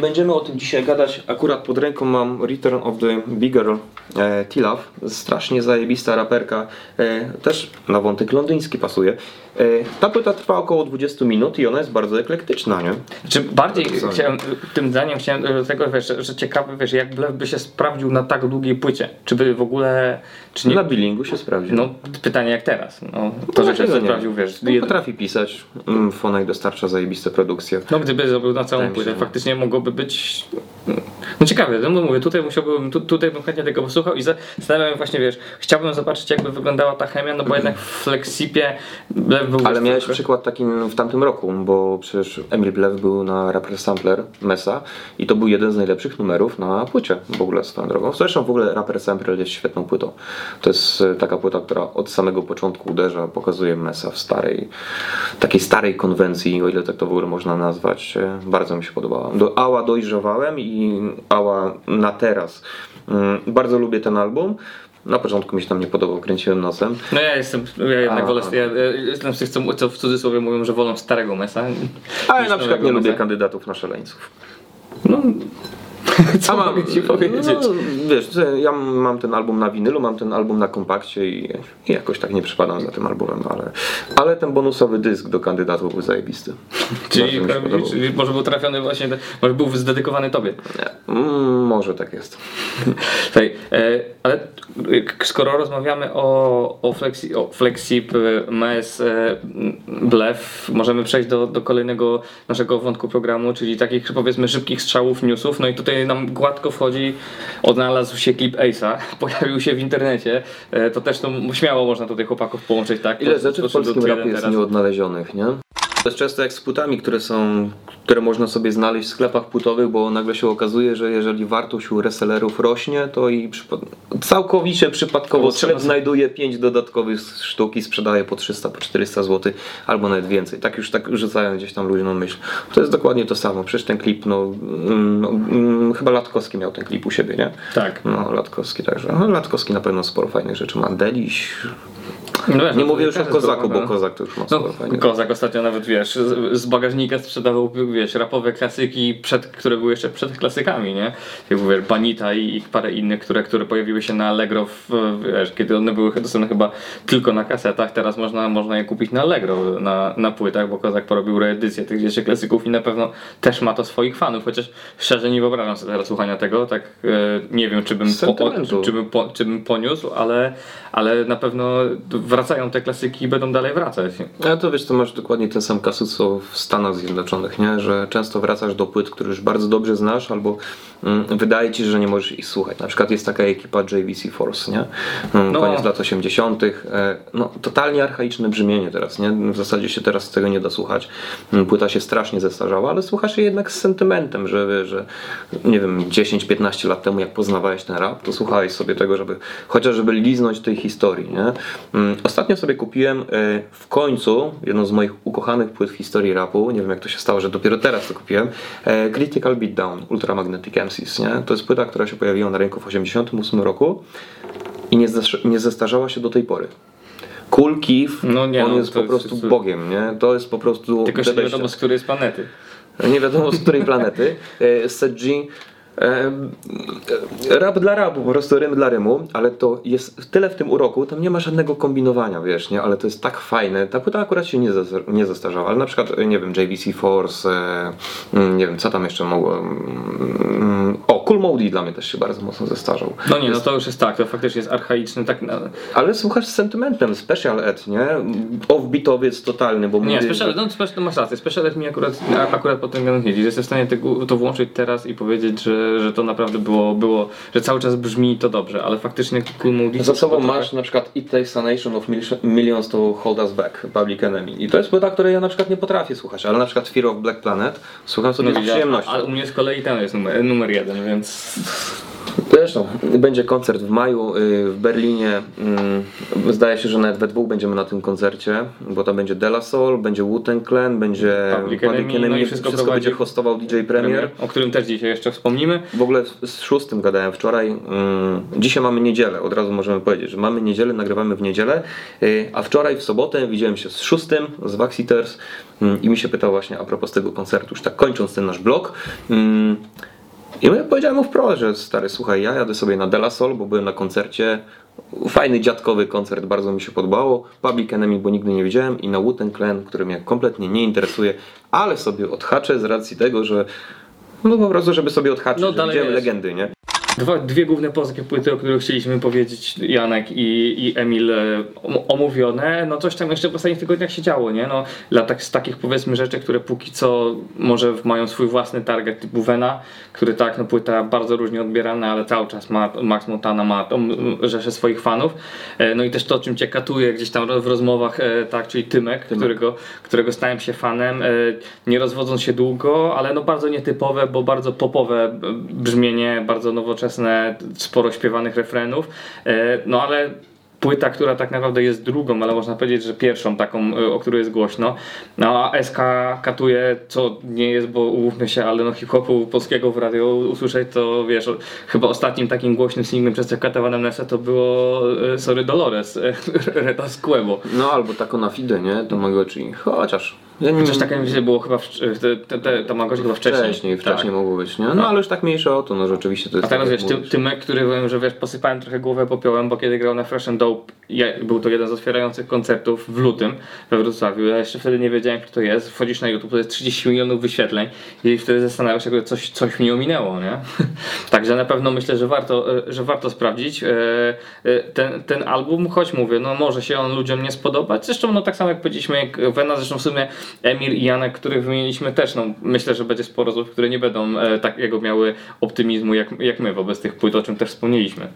Speaker 2: tym dzisiaj gadać. Akurat pod ręką mam Return of the Big Girl T-Love. Strasznie zajebista raperka. Też na wątek londyński pasuje. Ta płyta trwa około 20 minut i ona jest bardzo eklektyczna, nie?
Speaker 1: Czy bardziej tym zdaniem chciałem do tego, wiesz, że ciekawe, wiesz, jak Blef by się sprawdził na tak długiej płycie? Czy by w ogóle... Czy nie...
Speaker 2: Na billingu się sprawdził.
Speaker 1: No, pytanie jak teraz. No, to, że się sprawdził, wiesz...
Speaker 2: No, potrafi pisać. Fonek dostarcza zajebiste produkcje.
Speaker 1: No, gdyby zrobił na całą płytę, faktycznie mogłoby być... No ciekawe, no mówię, tutaj bym chętnie tego posłuchał i zastanawiam się właśnie, wiesz, chciałbym zobaczyć, jakby wyglądała ta chemia, no bo jednak w Flexipie Blef był...
Speaker 2: Ale miałeś przykład taki w tamtym roku, bo przecież Emil Blef był na Rapper Sampler Mesa i to był jeden z najlepszych numerów na płycie w ogóle swoją drogą. Zresztą w ogóle Rapper Sampler jest świetną płytą. To jest taka płyta, która od samego początku uderza, pokazuje Mesa w takiej starej konwencji, o ile tak to w ogóle można nazwać. Bardzo mi się podobała. Do Ała dojrzewałem i Ała na teraz. Bardzo lubię ten album. Na początku mi się tam nie podobał, kręciłem nosem.
Speaker 1: No ja jednak wolę, ja jestem z tych, co w cudzysłowie mówią, że wolą starego Mesa.
Speaker 2: Ale na przykład nie lubię kandydatów na szaleńców.
Speaker 1: No... Co mogę ci powiedzieć?
Speaker 2: No, wiesz, ja mam ten album na winylu, mam ten album na kompakcie i jakoś tak nie przypadam za tym albumem, ale ten bonusowy dysk do kandydatów był zajebisty.
Speaker 1: Czyli może był trafiony właśnie, może był zdedykowany tobie.
Speaker 2: Nie, może tak jest.
Speaker 1: Słuchaj, ale skoro rozmawiamy o Flexip, Mes, Blef, możemy przejść do kolejnego naszego wątku programu, czyli takich powiedzmy szybkich strzałów newsów. No i tutaj nam gładko wchodzi, odnalazł się klip Ace'a, pojawił się w internecie, to też śmiało można tutaj chłopaków połączyć, tak?
Speaker 2: Ile rzeczy w polskim rapie jest nieodnależonych, nie? To jest często jak z płytami, które można sobie znaleźć w sklepach płytowych, bo nagle się okazuje, że jeżeli wartość u resellerów rośnie, to i całkowicie przypadkowo sklep znajduje 5 dodatkowych sztuk i sprzedaje po 300, po 400 zł albo nawet więcej. Tak rzucają gdzieś tam ludziom myśl. To jest dokładnie to samo. Przecież ten klip, chyba Latkowski miał ten klip u siebie, nie?
Speaker 1: Tak.
Speaker 2: No, Latkowski także. No, Latkowski na pewno sporo fajnych rzeczy ma. Deliś.
Speaker 1: No wiesz,
Speaker 2: nie mówię już o Kozaku, bo Kozak to już ma sporo fajnych.
Speaker 1: Kozak ostatnio nawet, wiesz, z bagażnika sprzedawał, wiesz, rapowe klasyki, które były jeszcze przed klasykami, nie? Jak mówię, Banita i parę innych, które pojawiły się na Allegro, wiesz, kiedy one były dostępne chyba tylko na kasetach, teraz można je kupić na Allegro, na płytach, bo Kozak porobił reedycję tych jeszcze klasyków i na pewno też ma to swoich fanów, chociaż szczerze nie wyobrażam sobie teraz słuchania tego, tak nie wiem, czy bym poniósł, ale na pewno wracają te klasyki i będą dalej wracać.
Speaker 2: Ale to wiesz, to masz dokładnie ten sam kasus co w Stanach Zjednoczonych, nie? Że często wracasz do płyt, które już bardzo dobrze znasz, albo wydaje ci się, że nie możesz ich słuchać. Na przykład jest taka ekipa JVC Force, nie? Koniec lat 80. No, totalnie archaiczne brzmienie teraz, nie? W zasadzie się teraz tego nie da słuchać. Płyta się strasznie zestarzała, ale słuchasz jej jednak z sentymentem, że nie wiem, 10-15 lat temu jak poznawałeś ten rap, to słuchałeś sobie tego, żeby liznąć tej historii, nie? Ostatnio sobie kupiłem w końcu jedną z moich ukochanych płyt w historii rapu, nie wiem jak to się stało, że dopiero teraz to kupiłem, Critical Beatdown, Ultramagnetic MCs, nie? To jest płyta, która się pojawiła na rynku w 1988 roku i nie zestarzała się do tej pory. Cool Keef, on jest po prostu bogiem, nie? To jest po prostu...
Speaker 1: Tylko się nie wiadomo z której planety.
Speaker 2: Nie wiadomo z której planety. Seth G. Rap dla rapu, po prostu rym dla rymu, ale to jest tyle w tym uroku, tam nie ma żadnego kombinowania, wiesz, nie? Ale to jest tak fajne, ta płyta akurat się nie zestarzała, ale na przykład, nie wiem, JVC Force, nie wiem, co tam jeszcze mogło, Cool Mode dla mnie też się bardzo mocno zestarzał.
Speaker 1: No nie, no to już jest tak, to faktycznie jest archaiczny, tak...
Speaker 2: Ale słuchasz z sentymentem, Special Ed, nie? Off-beatowiec totalny, bo...
Speaker 1: Nie, Special masz rację, Special Ed mi akurat po tym nie jeździ, jestem w stanie to włączyć teraz i powiedzieć, że to naprawdę było, że cały czas brzmi to dobrze, ale faktycznie Cool Mode...
Speaker 2: Za sobą masz na przykład It Takes a Nation of Millions to Hold Us Back, Public Enemy. I to jest płyta, której ja na przykład nie potrafię słuchać, ale na przykład Fear of Black Planet słucham sobie z przyjemnością.
Speaker 1: Ale u mnie z kolei ten jest numer 1, więc...
Speaker 2: Zresztą będzie koncert w maju w Berlinie. Zdaje się, że nawet we dwóch będziemy na tym koncercie, bo tam będzie De La Soul, będzie Wu-Tang Clan, będzie Public Enemy,
Speaker 1: no i wszystko
Speaker 2: będzie hostował DJ Premier,
Speaker 1: o którym też dzisiaj jeszcze wspomnimy.
Speaker 2: W ogóle z 6 gadałem wczoraj. Dzisiaj mamy niedzielę, od razu możemy powiedzieć, że mamy niedzielę, nagrywamy w niedzielę, a wczoraj w sobotę widziałem się z 6 z Vaxiters i mi się pytał właśnie a propos tego koncertu, już tak kończąc ten nasz blog. I ja powiedziałem mu wprost, że stary, słuchaj, ja jadę sobie na De La Soul, bo byłem na koncercie, fajny dziadkowy koncert, bardzo mi się podobało, Public Enemy, bo nigdy nie widziałem, i na Wu-Tang Clan, który mnie kompletnie nie interesuje, ale sobie odhaczę z racji tego, że no po prostu, żeby sobie odhaczyć, że widziałem legendy, nie?
Speaker 1: Dwie główne polskie płyty, o których chcieliśmy powiedzieć, Janek i Emil, omówione. No coś tam jeszcze w ostatnich tygodniach się działo, nie? No, z takich powiedzmy rzeczy, które póki co może mają swój własny target typu Vena, który tak, no płyta bardzo różnie odbierana, ale cały czas Max Montana ma rzeszę swoich fanów. No i też to, czym cię katuje gdzieś tam w rozmowach, tak, czyli Tymek. Którego stałem się fanem, nie rozwodząc się długo, ale no bardzo nietypowe, bo bardzo popowe brzmienie, bardzo nowoczesne, sporo śpiewanych refrenów, no ale płyta, która tak naprawdę jest drugą, ale można powiedzieć, że pierwszą taką, o której jest głośno. No a SK katuje, co nie jest, bo umówmy się, ale no hip-hopu polskiego w radio usłyszeć, to wiesz, chyba ostatnim takim głośnym singlem przez katowanym Nessa to było Sorry Dolores, Reta z Quebo.
Speaker 2: No albo Taco na Fide, nie? Tamagotchi, chociaż...
Speaker 1: Chociaż takie mi się było chyba Tamagotchi chyba wcześniej.
Speaker 2: Wcześniej mogło być, nie? No ale już tak mniejsze o to, no rzeczywiście to jest...
Speaker 1: A teraz wiesz, Tymek, który wiem, że wiesz, posypałem trochę głowę popiołem, bo kiedy grał na Fresh and Dope, był to jeden z otwierających koncertów w lutym we Wrocławiu. Ja jeszcze wtedy nie wiedziałem, kto to jest. Wchodzisz na YouTube, to jest 30 milionów wyświetleń i wtedy zastanawiasz się, coś mi ominęło, nie? Także na pewno myślę, że warto sprawdzić ten album, choć mówię, no może się on ludziom nie spodobać. Zresztą no tak samo jak powiedzieliśmy, jak Vena, zresztą w sumie Emil i Janek, których wymieniliśmy też, no myślę, że będzie sporo osób, które nie będą takiego miały optymizmu jak my wobec tych płyt, o czym też wspomnieliśmy.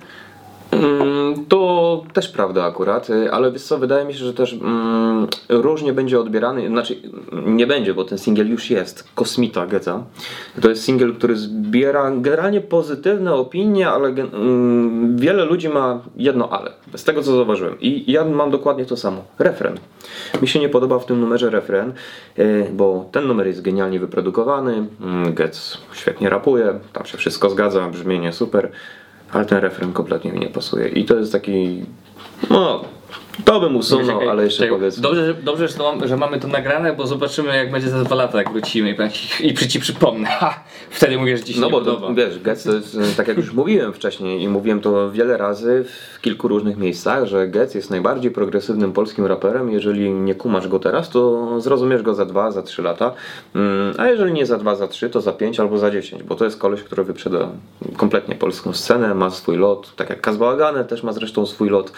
Speaker 2: To też prawda akurat, ale wiesz co, wydaje mi się, że też różnie będzie odbierany, znaczy nie będzie, bo ten singiel już jest, Kosmita Getza. To jest singiel, który zbiera generalnie pozytywne opinie, ale wiele ludzi ma jedno ale, z tego co zauważyłem. I ja mam dokładnie to samo, refren. Mi się nie podoba w tym numerze refren, bo ten numer jest genialnie wyprodukowany, Getz świetnie rapuje, tam się wszystko zgadza, brzmienie super. Ale ten refren kompletnie mi nie pasuje. I to jest taki... No, to bym usunął, ale jeszcze powiedzmy.
Speaker 1: Dobrze że mamy to nagrane, bo zobaczymy jak będzie za 2 lata, jak wrócimy i ci przypomnę. Wtedy mówię, że ci się nie podoba. No bo
Speaker 2: wiesz, Getz to jest, tak jak już mówiłem wcześniej i mówiłem to wiele razy w kilku różnych miejscach, że Getz jest najbardziej progresywnym polskim raperem. Jeżeli nie kumasz go teraz, to zrozumiesz go za 2, za 3 lata. A jeżeli nie za 2, za 3, to za 5 albo za 10, bo to jest koleś, który wyprzeda kompletnie polską scenę, ma swój lot, tak jak Kaz Bałagany też ma zresztą swój lot.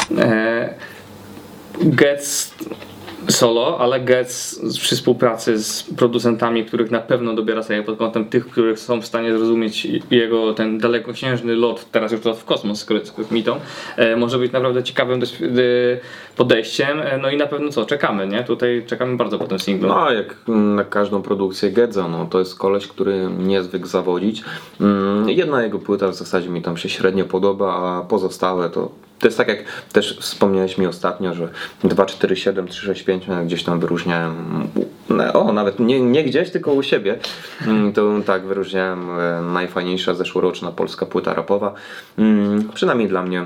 Speaker 1: Getz solo, ale Getz przy współpracy z producentami, których na pewno dobiera sobie pod kątem tych, których są w stanie zrozumieć jego ten dalekosiężny lot, teraz już lot w kosmos z Kosmitą, może być naprawdę ciekawym podejściem. No i na pewno czekamy, nie? Tutaj czekamy bardzo po tym singlu.
Speaker 2: No jak na każdą produkcję Gedza, no to jest koleś, który nie zwykł zawodzić. Jedna jego płyta w zasadzie mi tam się średnio podoba, a pozostałe to jest tak jak też wspomniałeś mi ostatnio, że 247, 365 gdzieś tam wyróżniałem, nawet nie gdzieś, tylko u siebie, to tak wyróżniałem najfajniejsza zeszłoroczna polska płyta rapowa, przynajmniej dla mnie.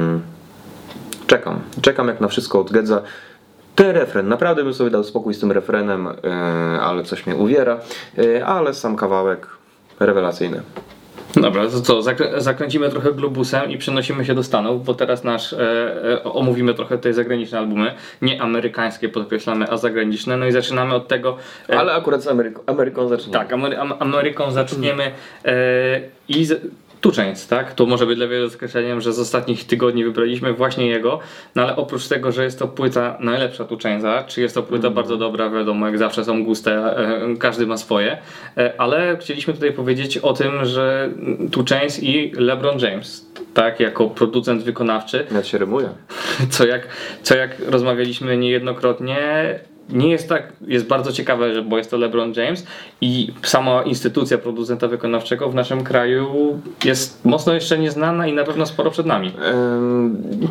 Speaker 2: Czekam jak na wszystko od Gedza. Ten refren, naprawdę bym sobie dał spokój z tym refrenem, ale coś mnie uwiera, ale sam kawałek rewelacyjny.
Speaker 1: Dobra, to co, zakręcimy trochę globusem i przenosimy się do Stanów, bo teraz omówimy trochę tutaj zagraniczne albumy, nie amerykańskie podkreślamy, a zagraniczne, no i zaczynamy od tego...
Speaker 2: Ale akurat z Ameryką zaczniemy.
Speaker 1: Tak, Ameryką zaczniemy i... 2 Chainz, tak? To może być dla wielu zaskoczeniem, że z ostatnich tygodni wybraliśmy właśnie jego, no ale oprócz tego, że jest to płyta najlepsza 2 Chainza, czy jest to płyta bardzo dobra, wiadomo, jak zawsze są guste, każdy ma swoje, ale chcieliśmy tutaj powiedzieć o tym, że 2 Chainz i LeBron James, tak, jako producent wykonawczy.
Speaker 2: Jak się rymuje.
Speaker 1: Co jak rozmawialiśmy niejednokrotnie, nie jest tak, jest bardzo ciekawe, bo jest to LeBron James i sama instytucja producenta wykonawczego w naszym kraju jest mocno jeszcze nieznana i na pewno sporo przed nami.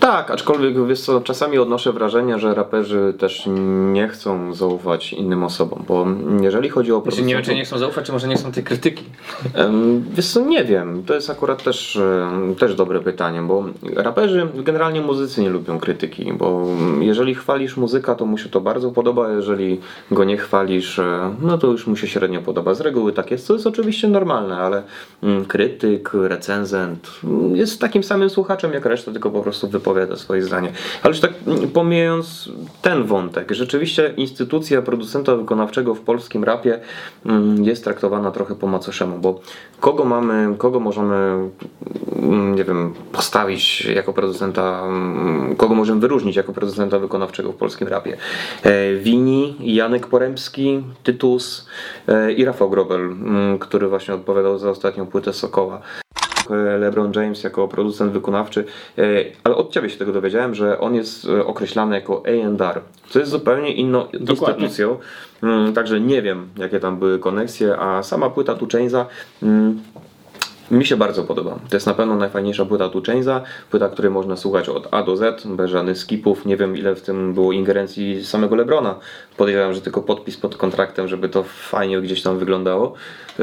Speaker 2: Tak, aczkolwiek wiesz co, czasami odnoszę wrażenie, że raperzy też nie chcą zaufać innym osobom, bo jeżeli chodzi o
Speaker 1: Znaczy, nie wiem, czy nie chcą zaufać, czy może nie chcą tej krytyki.
Speaker 2: Wiesz co, nie wiem, to jest akurat też dobre pytanie, bo raperzy, generalnie muzycy nie lubią krytyki, bo jeżeli chwalisz muzyka, to mu się to bardzo podoba, jeżeli go nie chwalisz, no to już mu się średnio podoba. Z reguły tak jest, co jest oczywiście normalne, ale krytyk, recenzent jest takim samym słuchaczem jak reszta, tylko po prostu wypowiada swoje zdanie. Ale już tak pomijając ten wątek, rzeczywiście instytucja producenta wykonawczego w polskim rapie jest traktowana trochę po macoszemu, bo kogo możemy, nie wiem, postawić jako producenta, kogo możemy wyróżnić jako producenta wykonawczego w polskim rapie? Wini, Janek Poremski, Tytus i Rafał Grobel, który właśnie odpowiadał za ostatnią płytę Sokoła. LeBron James jako producent wykonawczy, ale od Ciebie się tego dowiedziałem, że on jest określany jako A&R, co jest zupełnie inną instytucją, także nie wiem, jakie tam były koneksje, a sama płyta 2 Chainsa mi się bardzo podoba. To jest na pewno najfajniejsza płyta 2 Chainsa, płyta, której można słuchać od A do Z, bez żadnych skipów. Nie wiem, ile w tym było ingerencji samego LeBrona. Podejrzewam, że tylko podpis pod kontraktem, żeby to fajnie gdzieś tam wyglądało.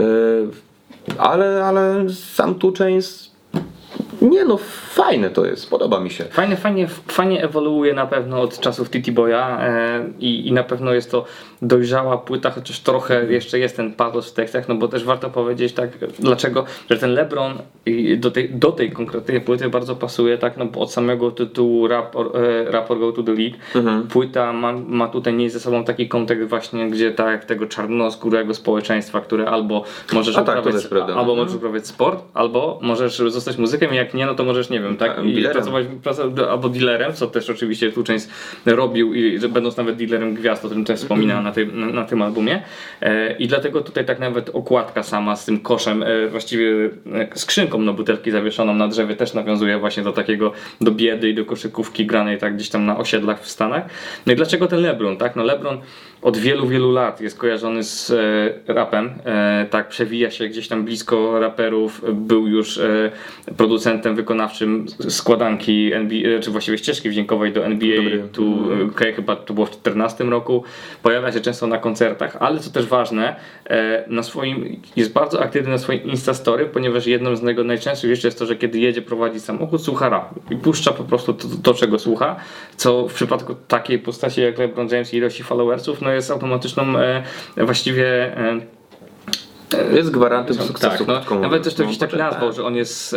Speaker 2: Ale sam 2 Chainz, nie no, fajne to jest, podoba mi się.
Speaker 1: Fajnie ewoluuje na pewno od czasów Tity Boya i na pewno jest to dojrzała płyta, chociaż trochę jeszcze jest ten patos w tekstach, no bo też warto powiedzieć tak, dlaczego, że ten LeBron do tej konkretnej płyty bardzo pasuje, tak, no bo od samego tytułu Rap or Go to the League, płyta ma tutaj nieść ze sobą taki kontekst właśnie, gdzie tak tego czarnoskórego społeczeństwa, które albo możesz uprawiać sport, albo możesz zostać muzykiem i jak nie, no to możesz, nie wiem, tak, i pracować albo dealerem, co też oczywiście 2 Chainz robił i będąc nawet dealerem gwiazd, o którym też wspominałem na tym albumie. I dlatego tutaj tak nawet okładka sama z tym koszem, właściwie skrzynką na butelki zawieszoną na drzewie też nawiązuje właśnie do takiego, do biedy i do koszykówki granej tak gdzieś tam na osiedlach w Stanach. No i dlaczego ten LeBron, tak? No LeBron od wielu lat jest kojarzony z rapem, tak, przewija się gdzieś tam blisko raperów, był już producentem wykonawczym składanki NBA, czy właściwie ścieżki dźwiękowej do NBA, chyba to było w 2014 roku, pojawia się często na koncertach, ale co też ważne, jest bardzo aktywny na swoim Instastory, ponieważ jedną z jego najczęstszych rzeczy jest to, że kiedy jedzie prowadzić samochód, słucha rapu i puszcza po prostu to czego słucha, co w przypadku takiej postaci jak LeBron James i ilości followersów, no jest automatyczną właściwie
Speaker 2: jest gwarantem sukcesu.
Speaker 1: Tak, no, nawet też to gdzieś tak nazwał, że on jest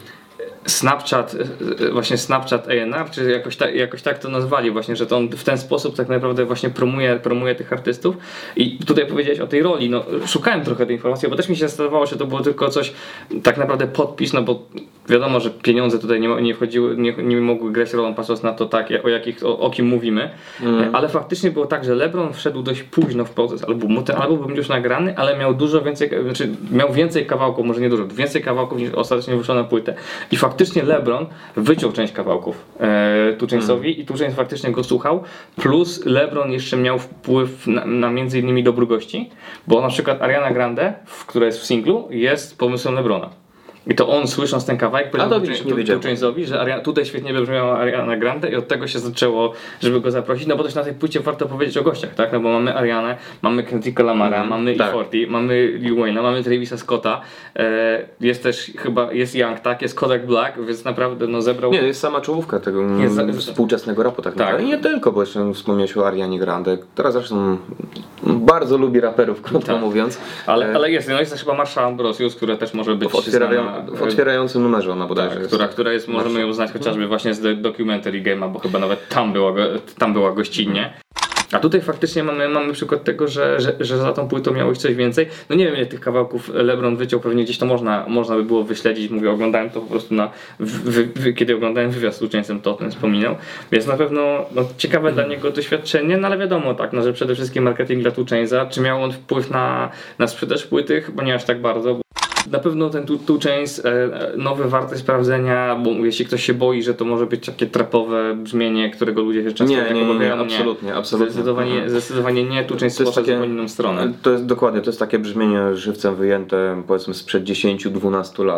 Speaker 1: Snapchat A&R, czy jakoś tak to nazwali właśnie, że to on w ten sposób tak naprawdę właśnie promuje tych artystów. I tutaj powiedziałeś o tej roli, no szukałem trochę tej informacji, bo też mi się zdawało, że to było tylko coś, tak naprawdę podpis, no bo wiadomo, że pieniądze tutaj nie wchodziły, nie mogły grać rolą, patrząc na to tak, o kim mówimy, ale faktycznie było tak, że LeBron wszedł dość późno w proces albumu, ten album był już nagrany, ale miał dużo więcej, znaczy miał więcej kawałków, może nie dużo, więcej kawałków niż ostatecznie wyszło na płytę. I faktycznie LeBron wyciął część kawałków 2 Chainzowi i 2 Chainz faktycznie go słuchał, plus LeBron jeszcze miał wpływ na między innymi dobór gości, bo na przykład Ariana Grande, która jest w singlu, jest pomysłem LeBrona. I to on, słysząc ten kawałek, powiedział 2 Chainzowi, że tutaj świetnie brzmiała Ariana Grande i od tego się zaczęło, żeby go zaprosić, no bo też na tej płycie warto powiedzieć o gościach, tak? No bo mamy Arianę, mamy Kendricka Lamara, mamy E40, mamy Lil Wayne'a, mamy Travisa Scotta, jest też chyba, jest Young, tak? Jest Kodak Black, więc naprawdę no zebrał...
Speaker 2: Nie, jest sama czołówka tego współczesnego rapu tak naprawdę. I nie tylko, bo jeszcze wspomniałeś o Arianie Grande, która zresztą bardzo lubi raperów, krótko mówiąc.
Speaker 1: Ale jest też chyba Marsha Ambrosius, która też może być
Speaker 2: w otwierającym numerze ona bodajże
Speaker 1: jest. Która jest, możemy ją znać chociażby właśnie z Documentary Game'a, bo chyba nawet tam była gościnnie. A tutaj faktycznie mamy przykład tego, że za tą płytą miało coś więcej. No nie wiem, ile tych kawałków LeBron wyciął, pewnie gdzieś to można by było wyśledzić. Mówię, oglądałem to po prostu kiedy oglądałem wywiad z 2 Chainzem, to o tym wspominał. Więc na pewno ciekawe dla niego doświadczenie, no ale wiadomo tak, no, że przede wszystkim marketing dla 2 Chainza. Czy miał on wpływ na sprzedaż płyty? Chyba nie aż tak bardzo. Na pewno ten 2 Chainz nowy warte sprawdzenia, bo jeśli ktoś się boi, że to może być takie trapowe brzmienie, którego ludzie się często obawiają,
Speaker 2: absolutnie.
Speaker 1: Zdecydowanie nie, 2 Chainz poszedł w inną stronę.
Speaker 2: To jest dokładnie, to jest takie brzmienie żywcem wyjęte powiedzmy sprzed 10-12 lat.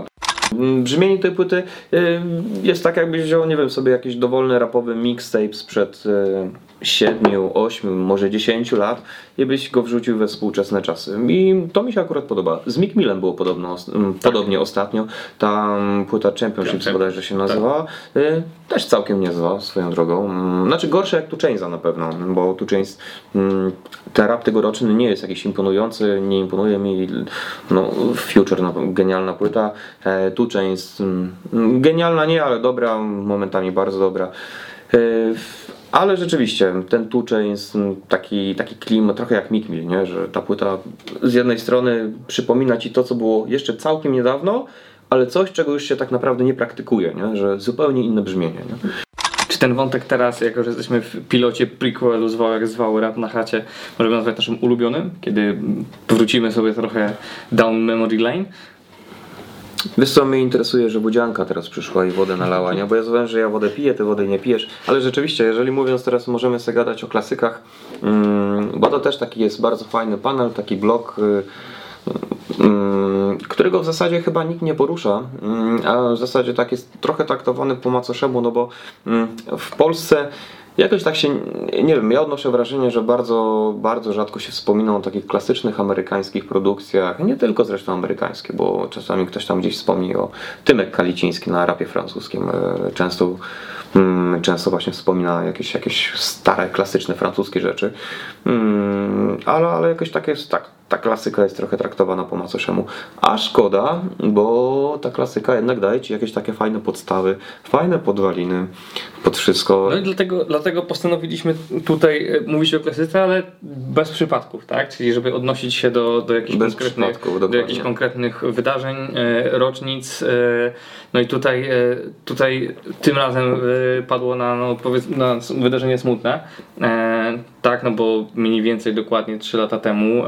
Speaker 2: Brzmienie tej płyty jest tak, jakbyś wziął, nie wiem, sobie jakiś dowolny rapowy mixtape sprzed 7, 8, może 10 lat i byś go wrzucił we współczesne czasy. I to mi się akurat podoba. Z Meek Millem było podobnie ostatnio. Ta płyta Championships bodajże się nazywała. Też całkiem niezła swoją drogą. Znaczy gorsze jak 2 Chainsa na pewno, bo 2 Chainz ten rap tegoroczny nie jest jakiś imponujący, nie imponuje mi. Future, genialna płyta. 2 Chainz genialna nie, ale dobra, momentami bardzo dobra. Ale rzeczywiście, ten 2 Chainz, taki klimat, trochę jak Meek Mill, nie? Że ta płyta z jednej strony przypomina ci to, co było jeszcze całkiem niedawno, ale coś, czego już się tak naprawdę nie praktykuje, nie? Że zupełnie inne brzmienie. Nie?
Speaker 1: Czy ten wątek teraz, jako że jesteśmy w pilocie prequelu zwał jak zwał Rap na chacie, możemy nazwać naszym ulubionym, kiedy wrócimy sobie trochę down memory lane?
Speaker 2: Wiesz co, mnie interesuje, że Budzianka teraz przyszła i wodę nalała, nie? Bo ja zwałem, że ja wodę piję, ty wody nie pijesz, ale rzeczywiście, jeżeli mówiąc teraz możemy sobie gadać o klasykach, bo to też taki jest bardzo fajny panel, taki blog, którego w zasadzie chyba nikt nie porusza, a w zasadzie tak jest trochę traktowany po macoszemu, no bo w Polsce jakoś tak się, nie wiem, ja odnoszę wrażenie, że bardzo, bardzo rzadko się wspomina o takich klasycznych amerykańskich produkcjach, nie tylko zresztą amerykańskie, bo czasami ktoś tam gdzieś wspomni o Tymek Kaliciński na rapie francuskim, często właśnie wspomina jakieś stare, klasyczne francuskie rzeczy, ale jakoś tak jest, ta klasyka jest trochę traktowana po macoszemu, a szkoda, bo ta klasyka jednak daje ci jakieś takie fajne podstawy, fajne podwaliny pod wszystko.
Speaker 1: No i dlatego postanowiliśmy tutaj mówić o klasyce, ale bez przypadków, tak? Czyli żeby odnosić się do jakichś konkretnych wydarzeń, rocznic. No i tutaj tym razem padło na wydarzenie smutne. Tak, no bo mniej więcej dokładnie 3 lata temu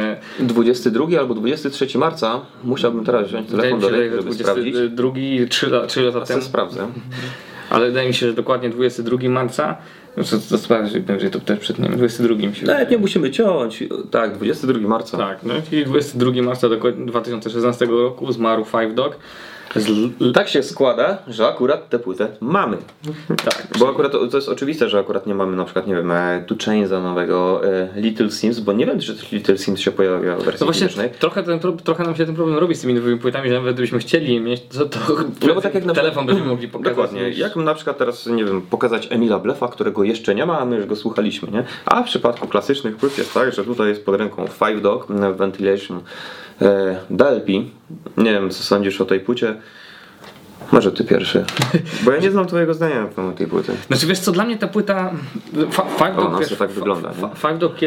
Speaker 2: 22 albo 23 marca, musiałbym teraz wziąć telefon do ręki, żeby sprawdzić.
Speaker 1: 3 lata temu.
Speaker 2: Sprawdzę.
Speaker 1: Ale wydaje mi się, że dokładnie 22 marca, to sprawdzę, będzie to też przed nim, 22 mi się
Speaker 2: nawet nie musimy ciąć. Tak, 22 marca.
Speaker 1: Tak, no czyli 22 marca 2016 roku zmarł Five Dog.
Speaker 2: Tak się składa, że akurat tę płytę mamy.
Speaker 1: Tak.
Speaker 2: Bo akurat to jest oczywiste, że akurat nie mamy na przykład, nie wiem, 2 Chainsa nowego, Little Sims, bo nie wiem, czy Little Sims się pojawia w wersji fizycznej.
Speaker 1: Trochę nam się ten problem robi z tymi nowymi płytami, że nawet gdybyśmy chcieli je mieć, to
Speaker 2: no bo tak jak
Speaker 1: telefon będziemy mogli pokazać.
Speaker 2: Dokładnie. Jak na przykład teraz, nie wiem, pokazać Emila Blefa, którego jeszcze nie ma, a my już go słuchaliśmy, nie? A w przypadku klasycznych płyt jest tak, że tutaj jest pod ręką Five Dog, Ventilation, DLP. Nie wiem, co sądzisz o tej płycie. Może ty pierwszy, bo ja nie znam twojego zdania na temat tej płyty.
Speaker 1: Znaczy wiesz co, dla mnie ta płyta Five Dog,
Speaker 2: wiesz, tak wygląda.
Speaker 1: Five Dog,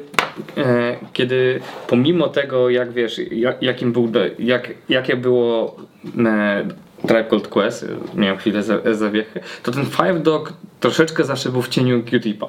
Speaker 1: kiedy pomimo tego, jak wiesz, jakie było Tribe Called Quest, miałem chwilę zawiechy, to ten Five Dog troszeczkę zawsze był w cieniu Q-Tipa.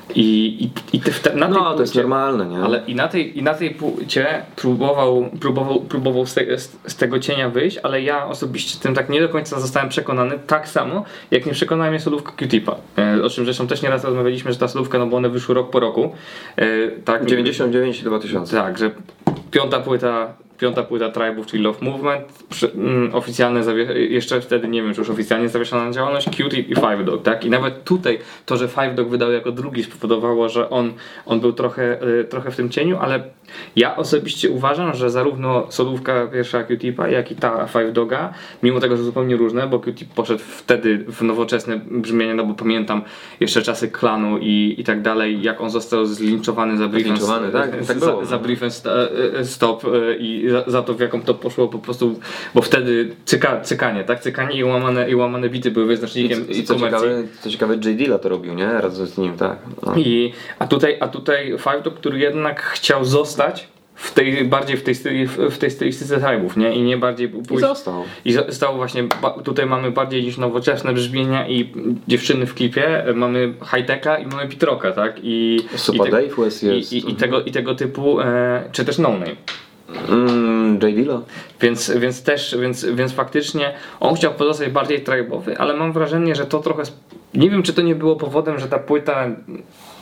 Speaker 2: To jest normalne, nie?
Speaker 1: Ale i na tej płycie próbował z tego cienia wyjść, ale ja osobiście tym tak nie do końca zostałem przekonany, tak samo jak nie przekonała mnie solówka Q-Tipa. O czym zresztą też nieraz rozmawialiśmy, że ta solówka, no bo one wyszły rok po roku. Tak,
Speaker 2: 99 i 2000.
Speaker 1: Tak, że piąta płyta Tribe'ów, czyli Love Movement, oficjalne jeszcze wtedy nie wiem, czy już oficjalnie zawieszona na działalność, Q-Tip i Five Dog, tak? I nawet tutaj to, że Five Dog wydał jako drugi, spowodowało, że on był trochę w tym cieniu, ale ja osobiście uważam, że zarówno solówka pierwsza Q-Tipa, jak i ta Five Doga, mimo tego, że zupełnie różne, bo Q-Tip poszedł wtedy w nowoczesne brzmienie, no bo pamiętam jeszcze czasy klanu i tak dalej, jak on został zlinczowany za brief and stop i za to, w jaką to poszło po prostu, bo wtedy cykanie, tak? Cykanie i łamane bity były wyznacznikiem
Speaker 2: I co ciekawe, J. Dilla to robił, nie? Razem z nim, tak. No.
Speaker 1: A tutaj Five Dog, który jednak chciał zostać bardziej w tej stylistyce tribe'ów, nie? I nie bardziej pójść.
Speaker 2: I został.
Speaker 1: I został właśnie, tutaj mamy bardziej niż nowoczesne brzmienia i dziewczyny w klipie, mamy High-Techa i mamy Pitroka, tak?
Speaker 2: Super Dave West jest.
Speaker 1: I tego typu, czy też No Name.
Speaker 2: J. Dilla.
Speaker 1: Więc faktycznie on chciał pozostać bardziej tribe'owy, ale mam wrażenie, że to trochę, nie wiem, czy to nie było powodem, że ta płyta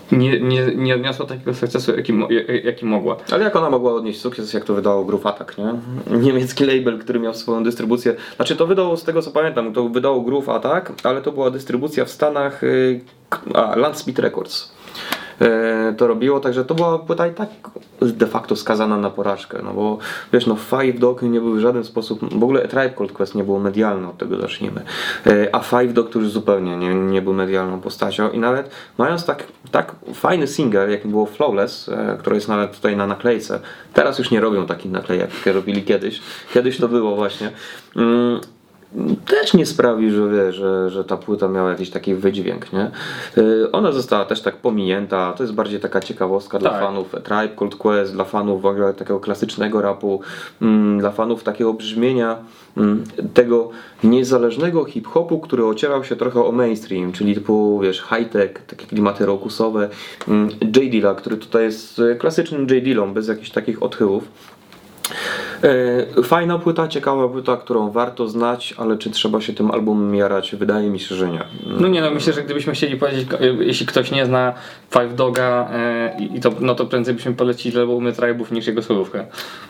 Speaker 1: nie odniosła takiego sukcesu, jaki mogła.
Speaker 2: Ale jak ona mogła odnieść sukces, jak to wydało Groove Attack, nie? Niemiecki label, który miał swoją dystrybucję. Znaczy to wydało, z tego co pamiętam, to wydało Groove Attack, ale to była dystrybucja w Stanach Landspeed Records. To robiło, także to była płyta i tak de facto skazana na porażkę, no bo wiesz, no Five Dog nie był w żaden sposób, w ogóle A Tribe Called Quest nie było medialne, od tego zacznijmy, a Five Dog to już zupełnie nie był medialną postacią i nawet mając tak fajny single, jakim było Flawless, który jest nawet tutaj na naklejce, teraz już nie robią takich naklejek, jakie robili kiedyś to było właśnie, też nie sprawi, że wie, że ta płyta miała jakiś taki wydźwięk, nie? Ona została też tak pominięta, to jest bardziej taka ciekawostka dla fanów Tribe Called Quest, dla fanów w ogóle takiego klasycznego rapu, dla fanów takiego brzmienia, tego niezależnego hip-hopu, który ocierał się trochę o mainstream, czyli typu, wiesz, high-tech, takie klimaty rockusowe, J Dilla, który tutaj jest klasycznym J Dillą, bez jakichś takich odchyłów. Fajna płyta, ciekawa płyta, którą warto znać, ale czy trzeba się tym albumem jarać? Wydaje mi się, że nie.
Speaker 1: No myślę, że gdybyśmy chcieli powiedzieć, jeśli ktoś nie zna Five Doga, to prędzej byśmy polecili albumy Tribe'ów niż jego solówkę.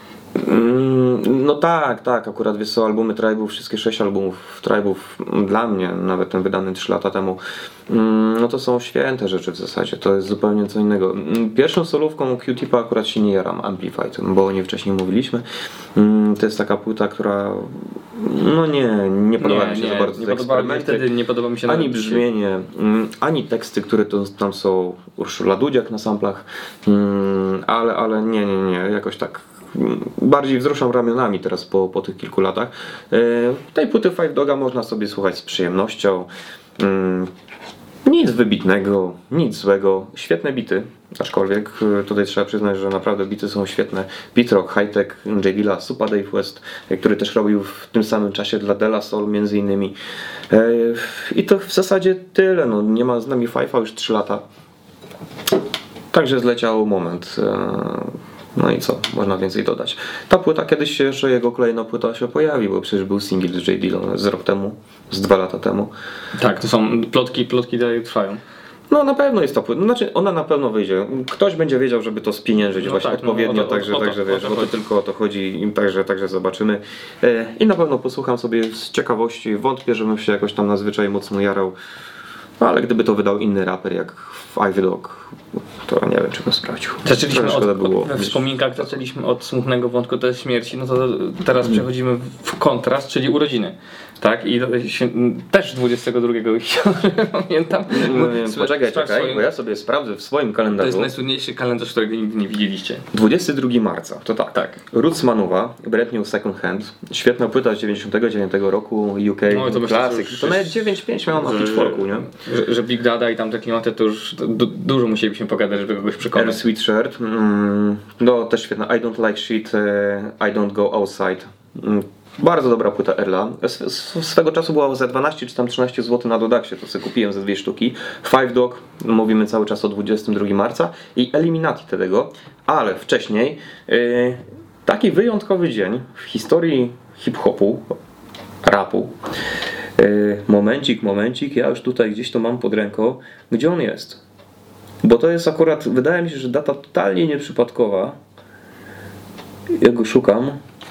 Speaker 2: No tak, akurat wiesz co, albumy Tribe'ów, wszystkie 6 albumów Tribe'ów dla mnie, nawet ten wydany 3 lata temu, no to są święte rzeczy w zasadzie, to jest zupełnie co innego. Pierwszą solówką Q-Tipa akurat się nie jaram, Amplified, bo o niej wcześniej mówiliśmy. To jest taka płyta, która no nie podoba mi się za bardzo te eksperymenty.
Speaker 1: Wtedy nie podoba mi się
Speaker 2: ani brzmienie, ani teksty, które tam są, Urszula Dudziak na samplach, ale nie, jakoś tak bardziej wzruszam ramionami teraz po tych kilku latach. Tej płyty Five Doga można sobie słuchać z przyjemnością. Nic wybitnego, nic złego. Świetne bity, aczkolwiek tutaj trzeba przyznać, że naprawdę bity są świetne. Beat Rock, High Tech, J Dilla, Supa Dave West, który też robił w tym samym czasie dla De La Soul między innymi. I to w zasadzie tyle. No, nie ma z nami Five'a już 3 lata. Także zleciał moment. No i co? Można więcej dodać. Ta płyta kiedyś jeszcze, jego kolejna płyta się pojawi, bo przecież był singiel z J Dillą z rok temu, z 2 lata temu.
Speaker 1: Tak, to są plotki dalej trwają.
Speaker 2: No na pewno jest to płyta, znaczy ona na pewno wyjdzie. Ktoś będzie wiedział, żeby to spieniężyć no właśnie tak, odpowiednio, także wiesz, bo to tylko o to chodzi i także zobaczymy. I na pewno posłucham sobie z ciekawości, wątpię, żebym się jakoś tam nadzwyczaj mocno jarał. No, ale gdyby to wydał inny raper jak Five Dog, to nie wiem, czy bym sprawdził.
Speaker 1: We wspominkach zaczęliśmy od smutnego wątku tej śmierci, no to teraz przechodzimy w kontrast, czyli urodziny. Tak? I też 22 pamiętam.
Speaker 2: Poczekaj, bo ja sobie sprawdzę w swoim kalendarzu.
Speaker 1: To jest najsłynniejszy kalendarz, którego nigdy nie widzieliście.
Speaker 2: 22 marca, to tak. Roots Manuwa, Brand New Second Hand, świetna płyta z 99 roku, UK Classic. To nawet 9.5 miał na Pitchforku, nie?
Speaker 1: Że Big Dada i tam te klimaty, to już dużo musielibyśmy pogadać, żeby kogoś przekonać.
Speaker 2: Sweatshirt, no też świetna. I Don't Like Shit, I Don't Go Outside. Bardzo dobra płyta Erla. Swego czasu była za 12 czy tam 13 zł na Dodaxie, to sobie kupiłem ze 2 sztuki. Five Dog, mówimy cały czas o 22 marca i Eliminati tego, ale wcześniej taki wyjątkowy dzień w historii hip-hopu, rapu. Momencik, ja już tutaj gdzieś to mam pod ręką, gdzie on jest. Bo to jest akurat, wydaje mi się, że data totalnie nieprzypadkowa. Ja go szukam.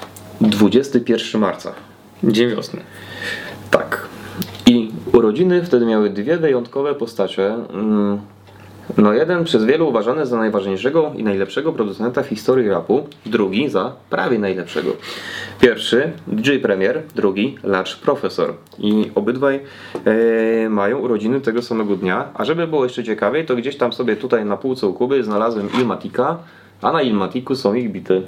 Speaker 2: 21 marca.
Speaker 1: Dzień wiosny.
Speaker 2: Tak. I urodziny wtedy miały 2 wyjątkowe postacie. No jeden przez wielu uważany za najważniejszego i najlepszego producenta w historii rapu, drugi za prawie najlepszego. Pierwszy DJ Premier, drugi Large Professor. I obydwaj mają urodziny tego samego dnia. A żeby było jeszcze ciekawiej, to gdzieś tam sobie tutaj na półce u Kuby znalazłem Illmatica, a na Illmaticu są ich bity.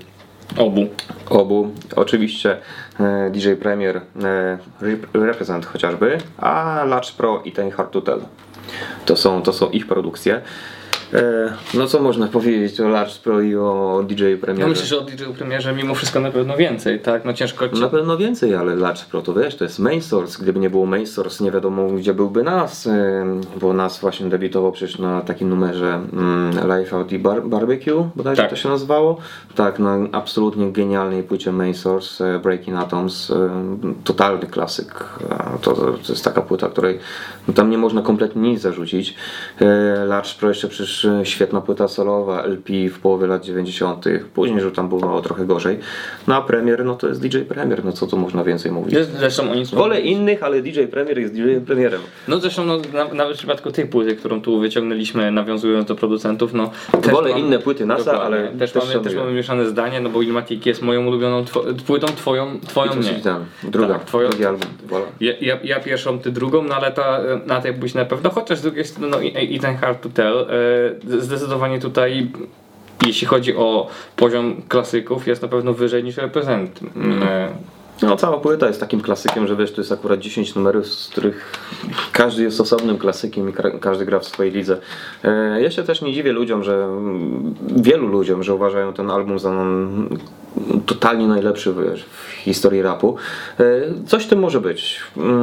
Speaker 2: Obu. Oczywiście DJ Premier Represent chociażby, a Large Pro i ten Hard to Tell. To są ich produkcje. No co można powiedzieć o Large Pro i o DJ Premierze?
Speaker 1: No myślę, że o DJ Premierze mimo wszystko na pewno więcej, tak? No ciężko...
Speaker 2: Na pewno więcej, ale Large Pro to wiesz, to jest Main Source. Gdyby nie było Main Source, nie wiadomo gdzie byłby Nas, bo Nas właśnie debiutował przecież na takim numerze Life Out the Barbecue, bodajże tak to się nazywało. Tak, na absolutnie genialnej płycie Main Source, Breaking Atoms, totalny klasyk. To jest taka płyta, której tam nie można kompletnie nic zarzucić. Large Pro jeszcze przecież też świetna płyta solowa, LP w połowie lat 90. Później już tam było trochę gorzej. No a Premier, no to jest DJ Premier, no co tu można więcej mówić.
Speaker 1: Zresztą oni
Speaker 2: Wolę innych, ale DJ Premier jest DJ Premierem.
Speaker 1: No zresztą nawet w przypadku tej płyty, którą tu wyciągnęliśmy, nawiązując do producentów, no też
Speaker 2: Wolę inne płyty NASA, ale
Speaker 1: też mamy mieszane zdanie, no bo Illmatic jest moją ulubioną płytą, twoją nie.
Speaker 2: Druga,
Speaker 1: tak,
Speaker 2: drugi album. Voilà.
Speaker 1: Ja pierwszą, ty drugą, no ale na tej pójść na pewno, chociaż z drugiej strony no i ten Hard to Tell zdecydowanie tutaj, jeśli chodzi o poziom klasyków, jest na pewno wyżej niż Represent.
Speaker 2: No cała płyta jest takim klasykiem, że wiesz, to jest akurat 10 numerów, z których każdy jest osobnym klasykiem i każdy gra w swojej lidze. Ja się też nie dziwię wielu ludziom, że uważają ten album za totalnie najlepszy w historii rapu. Coś w tym może być.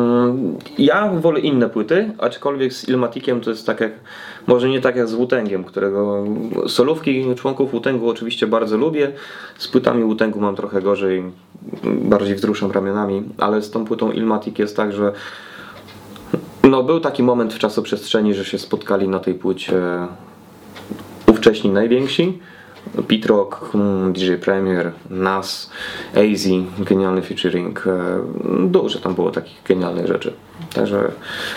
Speaker 2: Ja wolę inne płyty, aczkolwiek z Illmaticiem to jest tak jak, może nie tak jak z Wu-Tangiem, którego solówki członków Wu-Tangu oczywiście bardzo lubię. Z płytami Wu-Tangu mam trochę gorzej, bardziej wzruszam ramionami, ale z tą płytą Illmatic jest tak, że no, był taki moment w czasoprzestrzeni, że się spotkali na tej płycie ówcześni najwięksi. Pete Rock, DJ Premier, Nas, AZ, genialny featuring. Dużo tam było takich genialnych rzeczy. Także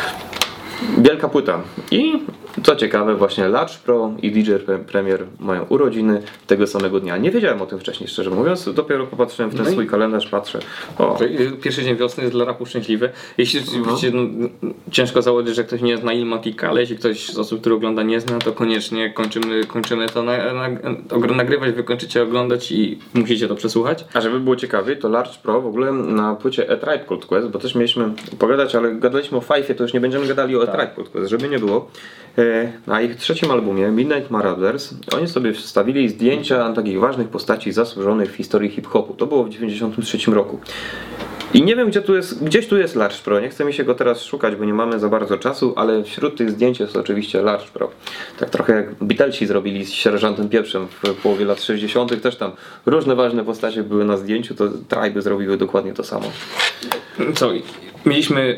Speaker 2: wielka płyta. I co ciekawe, właśnie Large Pro i DJ Premier mają urodziny tego samego dnia. Nie wiedziałem o tym wcześniej, szczerze mówiąc. Dopiero popatrzyłem w ten swój kalendarz, patrzę.
Speaker 1: Pierwszy dzień wiosny jest dla rapu szczęśliwy. Jeśli rzeczywiście ciężko założyć, że ktoś nie zna Illmatica, ale jeśli ktoś z osób, który ogląda, nie zna, to koniecznie kończymy to nagrywać, wy kończycie oglądać i musicie to przesłuchać.
Speaker 2: A żeby było ciekawie, to Large Pro w ogóle na płycie A Tribe Called Quest, bo też mieliśmy pogadać, ale gadaliśmy o Fifie, to już nie będziemy gadali o A Tribe Called Quest, żeby nie było. Na ich trzecim albumie, Midnight Marauders, oni sobie wstawili zdjęcia takich ważnych postaci zasłużonych w historii hip-hopu. To było w 1993 roku. I nie wiem, gdzieś tu jest Large Pro, nie chcę mi się go teraz szukać, bo nie mamy za bardzo czasu, ale wśród tych zdjęć jest oczywiście Large Pro. Tak trochę jak Beatlesi zrobili z Sierżantem Pieprzem w połowie lat 60. Też tam różne ważne postacie były na zdjęciu, to Tribe zrobiły dokładnie to samo.
Speaker 1: Co? Mieliśmy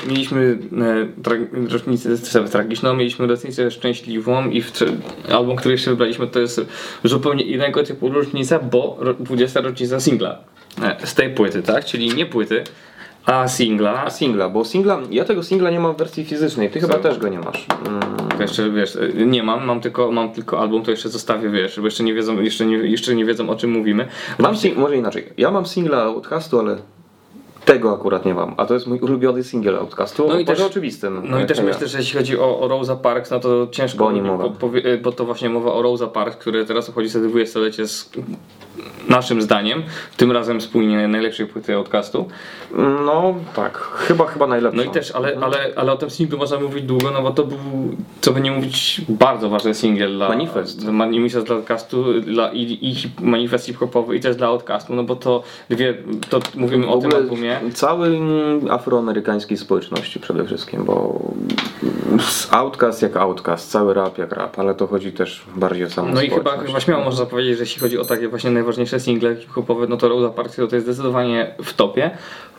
Speaker 1: rocznicę tragiczną, mieliśmy rocznicę szczęśliwą i album, który jeszcze wybraliśmy, to jest zupełnie innego typu rocznica, bo 20. rocznica singla z tej płyty, tak? Czyli nie płyty, a singla.
Speaker 2: Bo ja tego singla nie mam w wersji fizycznej, ty chyba też go nie masz.
Speaker 1: Jeszcze wiesz, nie mam tylko album, to jeszcze zostawię, wiesz, bo jeszcze nie wiedzą o czym mówimy.
Speaker 2: Może inaczej, ja mam singla Outcastu, ale tego akurat nie mam, a to jest mój ulubiony singiel Outcastu,
Speaker 1: no i też
Speaker 2: oczywistym.
Speaker 1: No i też myślę, że jeśli chodzi o Rosa Parks, no to ciężko, bo to właśnie mowa o Rosa Parks, który teraz obchodzi sobie 20-lecie z naszym zdaniem, tym razem spójnie najlepszej płyty Outcastu.
Speaker 2: No tak, chyba najlepsza.
Speaker 1: No i też, ale o tym singlu można mówić długo, no bo to był, co by nie mówić, bardzo ważny singiel dla manifest dla Outcastu i manifest hip-hopowy i też dla Outcastu, no bo to mówimy o tym albumie.
Speaker 2: Całej afroamerykańskiej społeczności przede wszystkim, bo Outcast jak Outcast, cały rap jak rap, ale to chodzi też bardziej o samą społeczność.
Speaker 1: No i chyba śmiało można powiedzieć, że jeśli chodzi o takie właśnie najważniejsze single hip-hopowe, no to Rosa Parks to jest zdecydowanie w topie.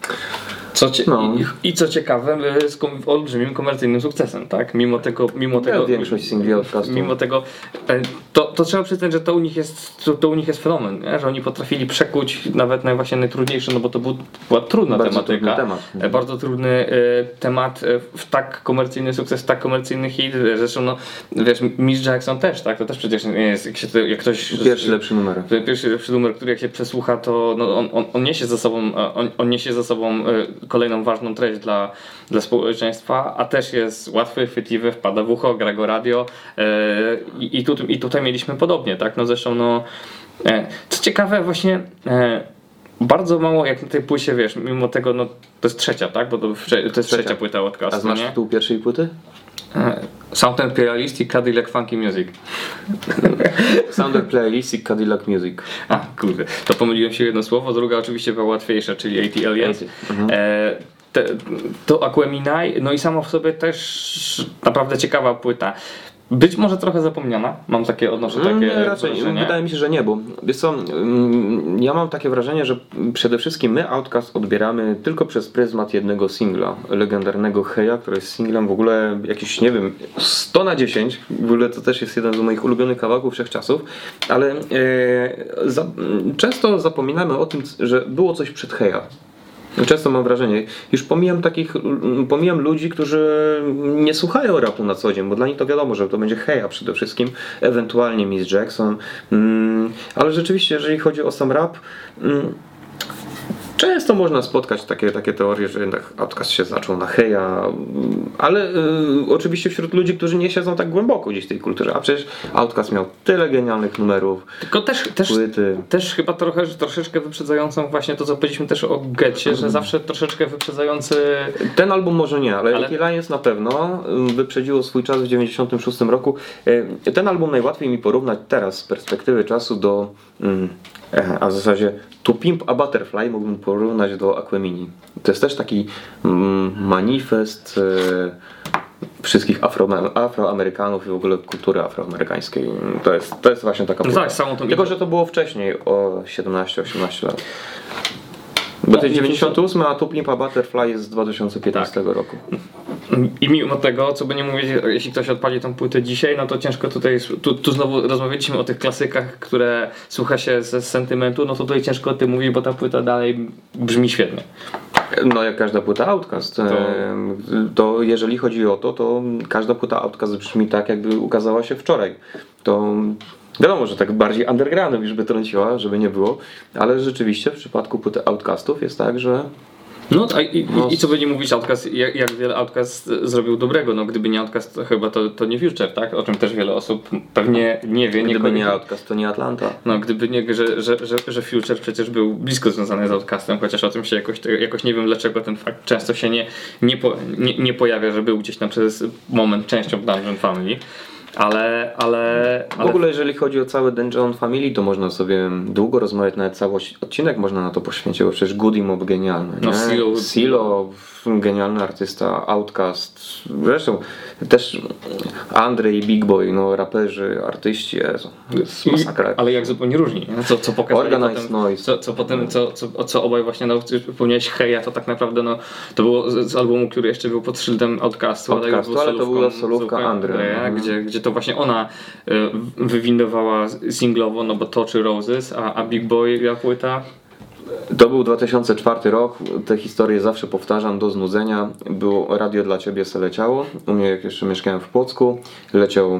Speaker 1: I co ciekawe, z olbrzymim komercyjnym sukcesem, tak? Mimo tego
Speaker 2: większość singli Outcastu.
Speaker 1: Mimo tego, to trzeba przyznać, że to u nich jest fenomen, nie? Że oni potrafili przekuć nawet najtrudniejsze, no bo to była trudna tematyka, bardzo trudny temat w tak komercyjny sukces, w tak komercyjny hit. Zresztą, no wiesz, Miss Jackson też, tak? To też przecież nie jest, jak ktoś...
Speaker 2: Pierwszy lepszy
Speaker 1: numer, który jak się przesłucha, to no, on niesie za sobą kolejną ważną treść dla społeczeństwa, a też jest łatwy, chwytliwy, wpada w ucho, gra go radio i tutaj mieliśmy podobnie, tak? No zresztą, no co ciekawe właśnie bardzo mało jak na tej płycie, wiesz, mimo tego, no to jest trzecia, tak? Bo to jest trzecia płyta Outcastu.
Speaker 2: A znasz tytuł pierwszej płyty?
Speaker 1: Southern Playalistic Cadillac Funky Music.
Speaker 2: Southern Playalistic Cadillac Music.
Speaker 1: A, kurde, to pomyliłem się jedno słowo, druga oczywiście była łatwiejsza, czyli ATLiens. To Aquemini, no i samo w sobie też naprawdę ciekawa płyta. być może trochę zapomniana. Mam takie, odnoszę takie
Speaker 2: Nie, raczej
Speaker 1: wrażenie.
Speaker 2: wydaje mi się, że nie, bo wiesz co, ja mam takie wrażenie, że przede wszystkim my Outkast odbieramy tylko przez pryzmat jednego singla, legendarnego Heya, który jest singlem w ogóle jakiś, nie wiem, 100/10, w ogóle to też jest jeden z moich ulubionych kawałków wszechczasów, ale często zapominamy o tym, że było coś przed Heya. Często mam wrażenie, już pomijam ludzi, którzy nie słuchają rapu na co dzień, bo dla nich to wiadomo, że to będzie Heya przede wszystkim, ewentualnie Miss Jackson, ale rzeczywiście, jeżeli chodzi o sam rap, często można spotkać takie teorie, że jednak Outkast się zaczął na Heya, ale oczywiście wśród ludzi, którzy nie siedzą tak głęboko gdzieś w tej kulturze, a przecież Outkast miał tyle genialnych numerów,
Speaker 1: Tylko
Speaker 2: płyty.
Speaker 1: też chyba troszeczkę wyprzedzającą właśnie to, co powiedzieliśmy też o Getcie, że zawsze troszeczkę wyprzedzający...
Speaker 2: Ten album może nie, ale Lions na pewno wyprzedziło swój czas w 96 roku. Ten album najłatwiej mi porównać teraz z perspektywy czasu do... A w zasadzie To Pimp a Butterfly mógłbym porównać do Aquemini. To jest też taki manifest wszystkich Afroamerykanów i w ogóle kultury afroamerykańskiej. To jest właśnie taka płyta.
Speaker 1: Tak, samą tą
Speaker 2: Tylko, że to było wcześniej, o 17-18 lat. Bo to jest 98, a To Pimp a Butterfly jest z 2015 roku.
Speaker 1: I mimo tego, co by nie mówić, jeśli ktoś odpali tą płytę dzisiaj, no to ciężko tutaj, tu znowu rozmawialiśmy o tych klasykach, które słucha się ze sentymentu, no to tutaj ciężko o tym mówić, bo ta płyta dalej brzmi świetnie.
Speaker 2: No jak każda płyta Outkast, to jeżeli chodzi o to każda płyta Outkast brzmi tak, jakby ukazała się wczoraj. To wiadomo, że tak bardziej undergroundem już by trąciła, żeby nie było, ale rzeczywiście w przypadku płyty Outkastów jest tak, że...
Speaker 1: No i co by nie mówić, Outkast, jak wiele Outkast zrobił dobrego, no gdyby nie Outkast, to chyba to nie Future, tak? O czym też wiele osób pewnie nie wie.
Speaker 2: Gdyby nie Outkast, to nie Atlanta.
Speaker 1: No gdyby nie, że Future przecież był blisko związany z Outkastem, chociaż o tym się jakoś nie wiem dlaczego ten fakt często się nie pojawia, że był gdzieś tam przez moment częścią Dungeon Family. Ale
Speaker 2: w ogóle jeżeli chodzi o cały Dungeon Family, to można sobie długo rozmawiać, nawet cały odcinek można na to poświęcić, bo przecież Goody Mob genialny,
Speaker 1: no,
Speaker 2: Silo genialny artysta, Outkast, zresztą też Andrzej, Big Boy, no raperzy, artyści, Jezu, masakra.
Speaker 1: Ale jak zupełnie różni, co pokazali
Speaker 2: Organized
Speaker 1: potem,
Speaker 2: Noise.
Speaker 1: co potem, co obaj właśnie, no wspomniałeś Heya, to tak naprawdę no, to było z albumu, który jeszcze był pod szyldem Outcastu,
Speaker 2: ale to była solówka
Speaker 1: Andrzeja, gdzie to właśnie ona wywindowała singlowo, no bo Toczy Roses, a Big Boy płyta.
Speaker 2: To był 2004 rok, te historie zawsze powtarzam do znudzenia. Było Radio dla Ciebie se leciało. U mnie jak jeszcze mieszkałem w Płocku, leciał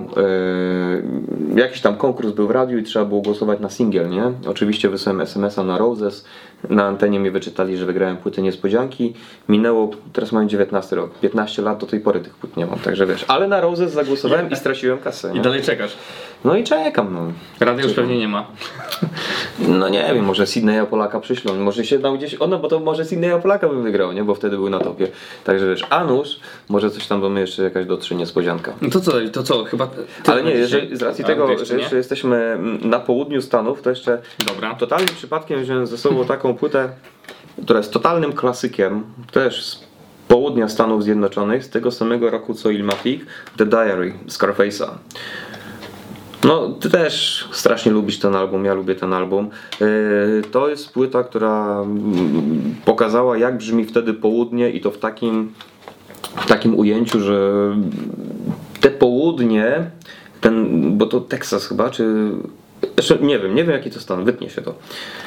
Speaker 2: jakiś tam konkurs był w radiu i trzeba było głosować na singiel, nie? Oczywiście wysłałem SMS-a na Roses. Na antenie mi wyczytali, że wygrałem płyty niespodzianki. Minęło, teraz mam 19 rok, 15 lat, do tej pory tych płyt nie mam, także wiesz. Ale na Roses zagłosowałem i straciłem kasę. Nie?
Speaker 1: I dalej czekasz.
Speaker 2: No i czekam, no.
Speaker 1: Radio już pewnie nie ma.
Speaker 2: No nie wiem, może Sydneya Polaka przyślą, może się dał gdzieś, bo to może Sydneya Polaka by wygrał, nie? Bo wtedy był na topie. Także wiesz, a nuż, może coś tam do mnie jeszcze jakaś dotrze niespodzianka.
Speaker 1: No to co, chyba...
Speaker 2: Ale nie, jeżeli, z racji tego, że jeszcze jesteśmy na południu Stanów, to jeszcze
Speaker 1: dobra.
Speaker 2: Totalnym przypadkiem wziąłem ze sobą taką płytę, która jest totalnym klasykiem, też z południa Stanów Zjednoczonych, z tego samego roku co Illmatic, The Diary, Scarface'a. No, ty też strasznie lubisz ten album, ja lubię ten album. To jest płyta, która pokazała, jak brzmi wtedy południe i to w takim ujęciu, że te południe, bo to Teksas chyba, czy... Jeszcze nie wiem jaki to stan, wytnie się to.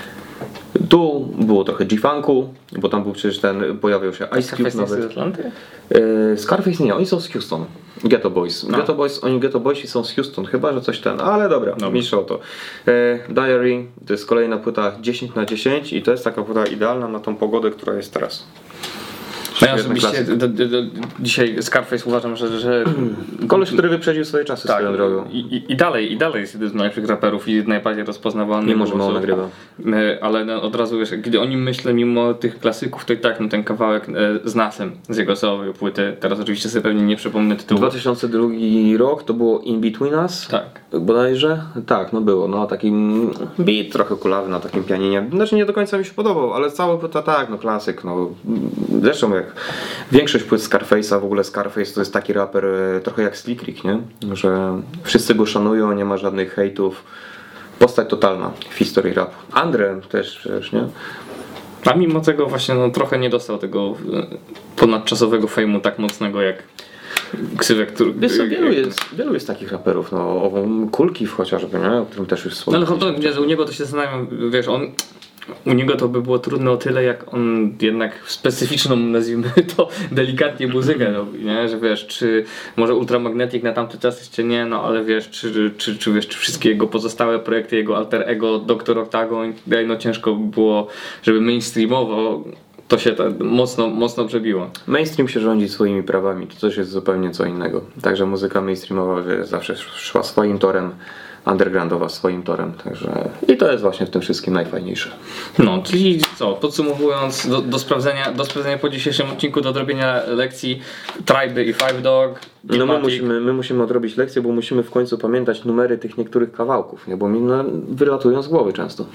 Speaker 2: Tu było trochę G-Funku, bo tam był przecież pojawiał się Ice Cube nawet.
Speaker 1: Z Atlanty?
Speaker 2: Scarface nie, oni są z Houston. Ghetto Boys. No. Ghetto Boysi są z Houston, chyba że coś ale dobra, mniejsza o to. Diary to jest kolejna płyta 10/10 i to jest taka płyta idealna na tą pogodę, która jest teraz.
Speaker 1: No ja osobiście dzisiaj Scarface uważam, że
Speaker 2: koleś, który wyprzedził swoje czasy swoją drogą.
Speaker 1: I dalej jest jeden z najlepszych raperów i najbardziej rozpoznawalny.
Speaker 2: Nie może mało nagrywa.
Speaker 1: Ale od razu wiesz, gdy o nim myślę, mimo tych klasyków, to i tak ten kawałek z Nasem, z jego solowej płyty, teraz oczywiście sobie pewnie nie przypomnę tytułu.
Speaker 2: 2002 rok to było In Between Us?
Speaker 1: Tak.
Speaker 2: Bodajże? Tak, no było. No taki beat trochę kulawy na takim pianinie. Znaczy nie do końca mi się podobał, ale cała płyta tak, no klasyk. No. Zresztą jak większość płyt Scarface'a, w ogóle Scarface to jest taki raper trochę jak Slick Rick, nie? Że wszyscy go szanują, nie ma żadnych hejtów. Postać totalna w historii rapu. Andre też przecież, nie?
Speaker 1: A mimo tego właśnie trochę nie dostał tego ponadczasowego fejmu tak mocnego jak ksywek, który...
Speaker 2: Wielu jest takich raperów, Kulki chociażby, nie? O którym też już wspomniałem.
Speaker 1: No ale u niego to się zastanawiam, wiesz, u niego to by było trudne o tyle, jak on jednak specyficzną, nazwijmy to, delikatnie muzykę robi, nie? Że wiesz, czy może Ultramagnetic na tamte czasy jeszcze nie, ale wiesz, czy wiesz, czy wszystkie jego pozostałe projekty, jego alter ego, Dr. Octagon, ciężko było, żeby mainstreamowo to się tak mocno przebiło.
Speaker 2: Mainstream się rządzi swoimi prawami, to coś jest zupełnie co innego. Także muzyka mainstreamowa zawsze szła swoim torem, undergroundowa swoim torem, także i to jest właśnie w tym wszystkim najfajniejsze.
Speaker 1: No, czyli co, podsumowując, do sprawdzenia po dzisiejszym odcinku, do odrobienia lekcji Tribe i Five Dog.
Speaker 2: No my musimy odrobić lekcję, bo musimy w końcu pamiętać numery tych niektórych kawałków, nie? Bo mi wylatują z głowy często.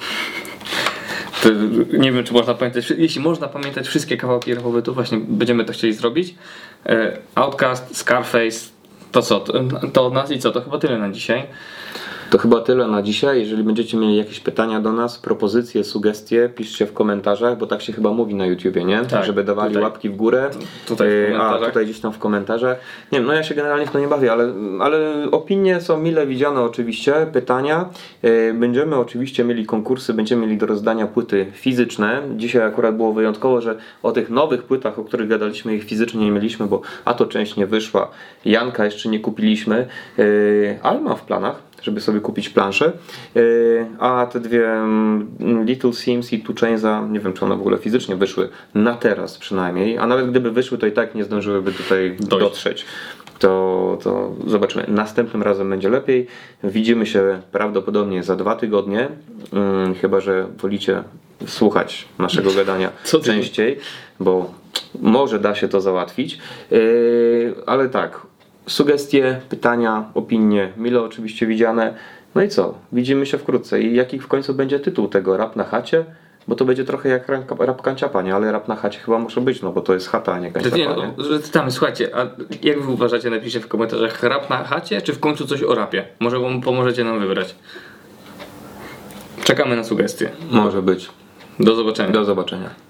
Speaker 1: To nie wiem, czy można pamiętać, jeśli można pamiętać wszystkie kawałki rapowe, to właśnie będziemy to chcieli zrobić. Outkast, Scarface, to co, to od nas i co, to chyba tyle na dzisiaj.
Speaker 2: To chyba tyle na dzisiaj. Jeżeli będziecie mieli jakieś pytania do nas, propozycje, sugestie, piszcie w komentarzach, bo tak się chyba mówi na YouTubie, nie?
Speaker 1: Tak,
Speaker 2: żeby dawali łapki w górę.
Speaker 1: Tutaj w komentarzach.
Speaker 2: Tutaj gdzieś tam w komentarzach. Nie wiem, ja się generalnie w to nie bawię, ale opinie są mile widziane oczywiście, pytania. Będziemy oczywiście mieli konkursy, będziemy mieli do rozdania płyty fizyczne. Dzisiaj akurat było wyjątkowo, że o tych nowych płytach, o których gadaliśmy, ich fizycznie nie mieliśmy, bo to część nie wyszła. Janka jeszcze nie kupiliśmy, ale mam w planach, żeby sobie kupić planszę, a te dwie Little Sims i Two Chainsa, nie wiem, czy one w ogóle fizycznie wyszły na teraz przynajmniej, a nawet gdyby wyszły, to i tak nie zdążyłyby tutaj dotrzeć. To zobaczymy. Następnym razem będzie lepiej. Widzimy się prawdopodobnie za 2 tygodnie, chyba że wolicie słuchać naszego gadania częściej, bo może da się to załatwić, ale tak, sugestie, pytania, opinie, mile oczywiście widziane. No i co? Widzimy się wkrótce. I jaki w końcu będzie tytuł tego? Rap na chacie? Bo to będzie trochę jak rap kanciapa, nie? Ale rap na chacie chyba może być, bo to jest chata, a nie kanciapa, nie?
Speaker 1: Słuchajcie, a jak wy uważacie, napiszcie w komentarzach, rap na chacie, czy w końcu coś o rapie? Może pomożecie nam wybrać. Czekamy na sugestie.
Speaker 2: Może być.
Speaker 1: Do zobaczenia.
Speaker 2: Do zobaczenia.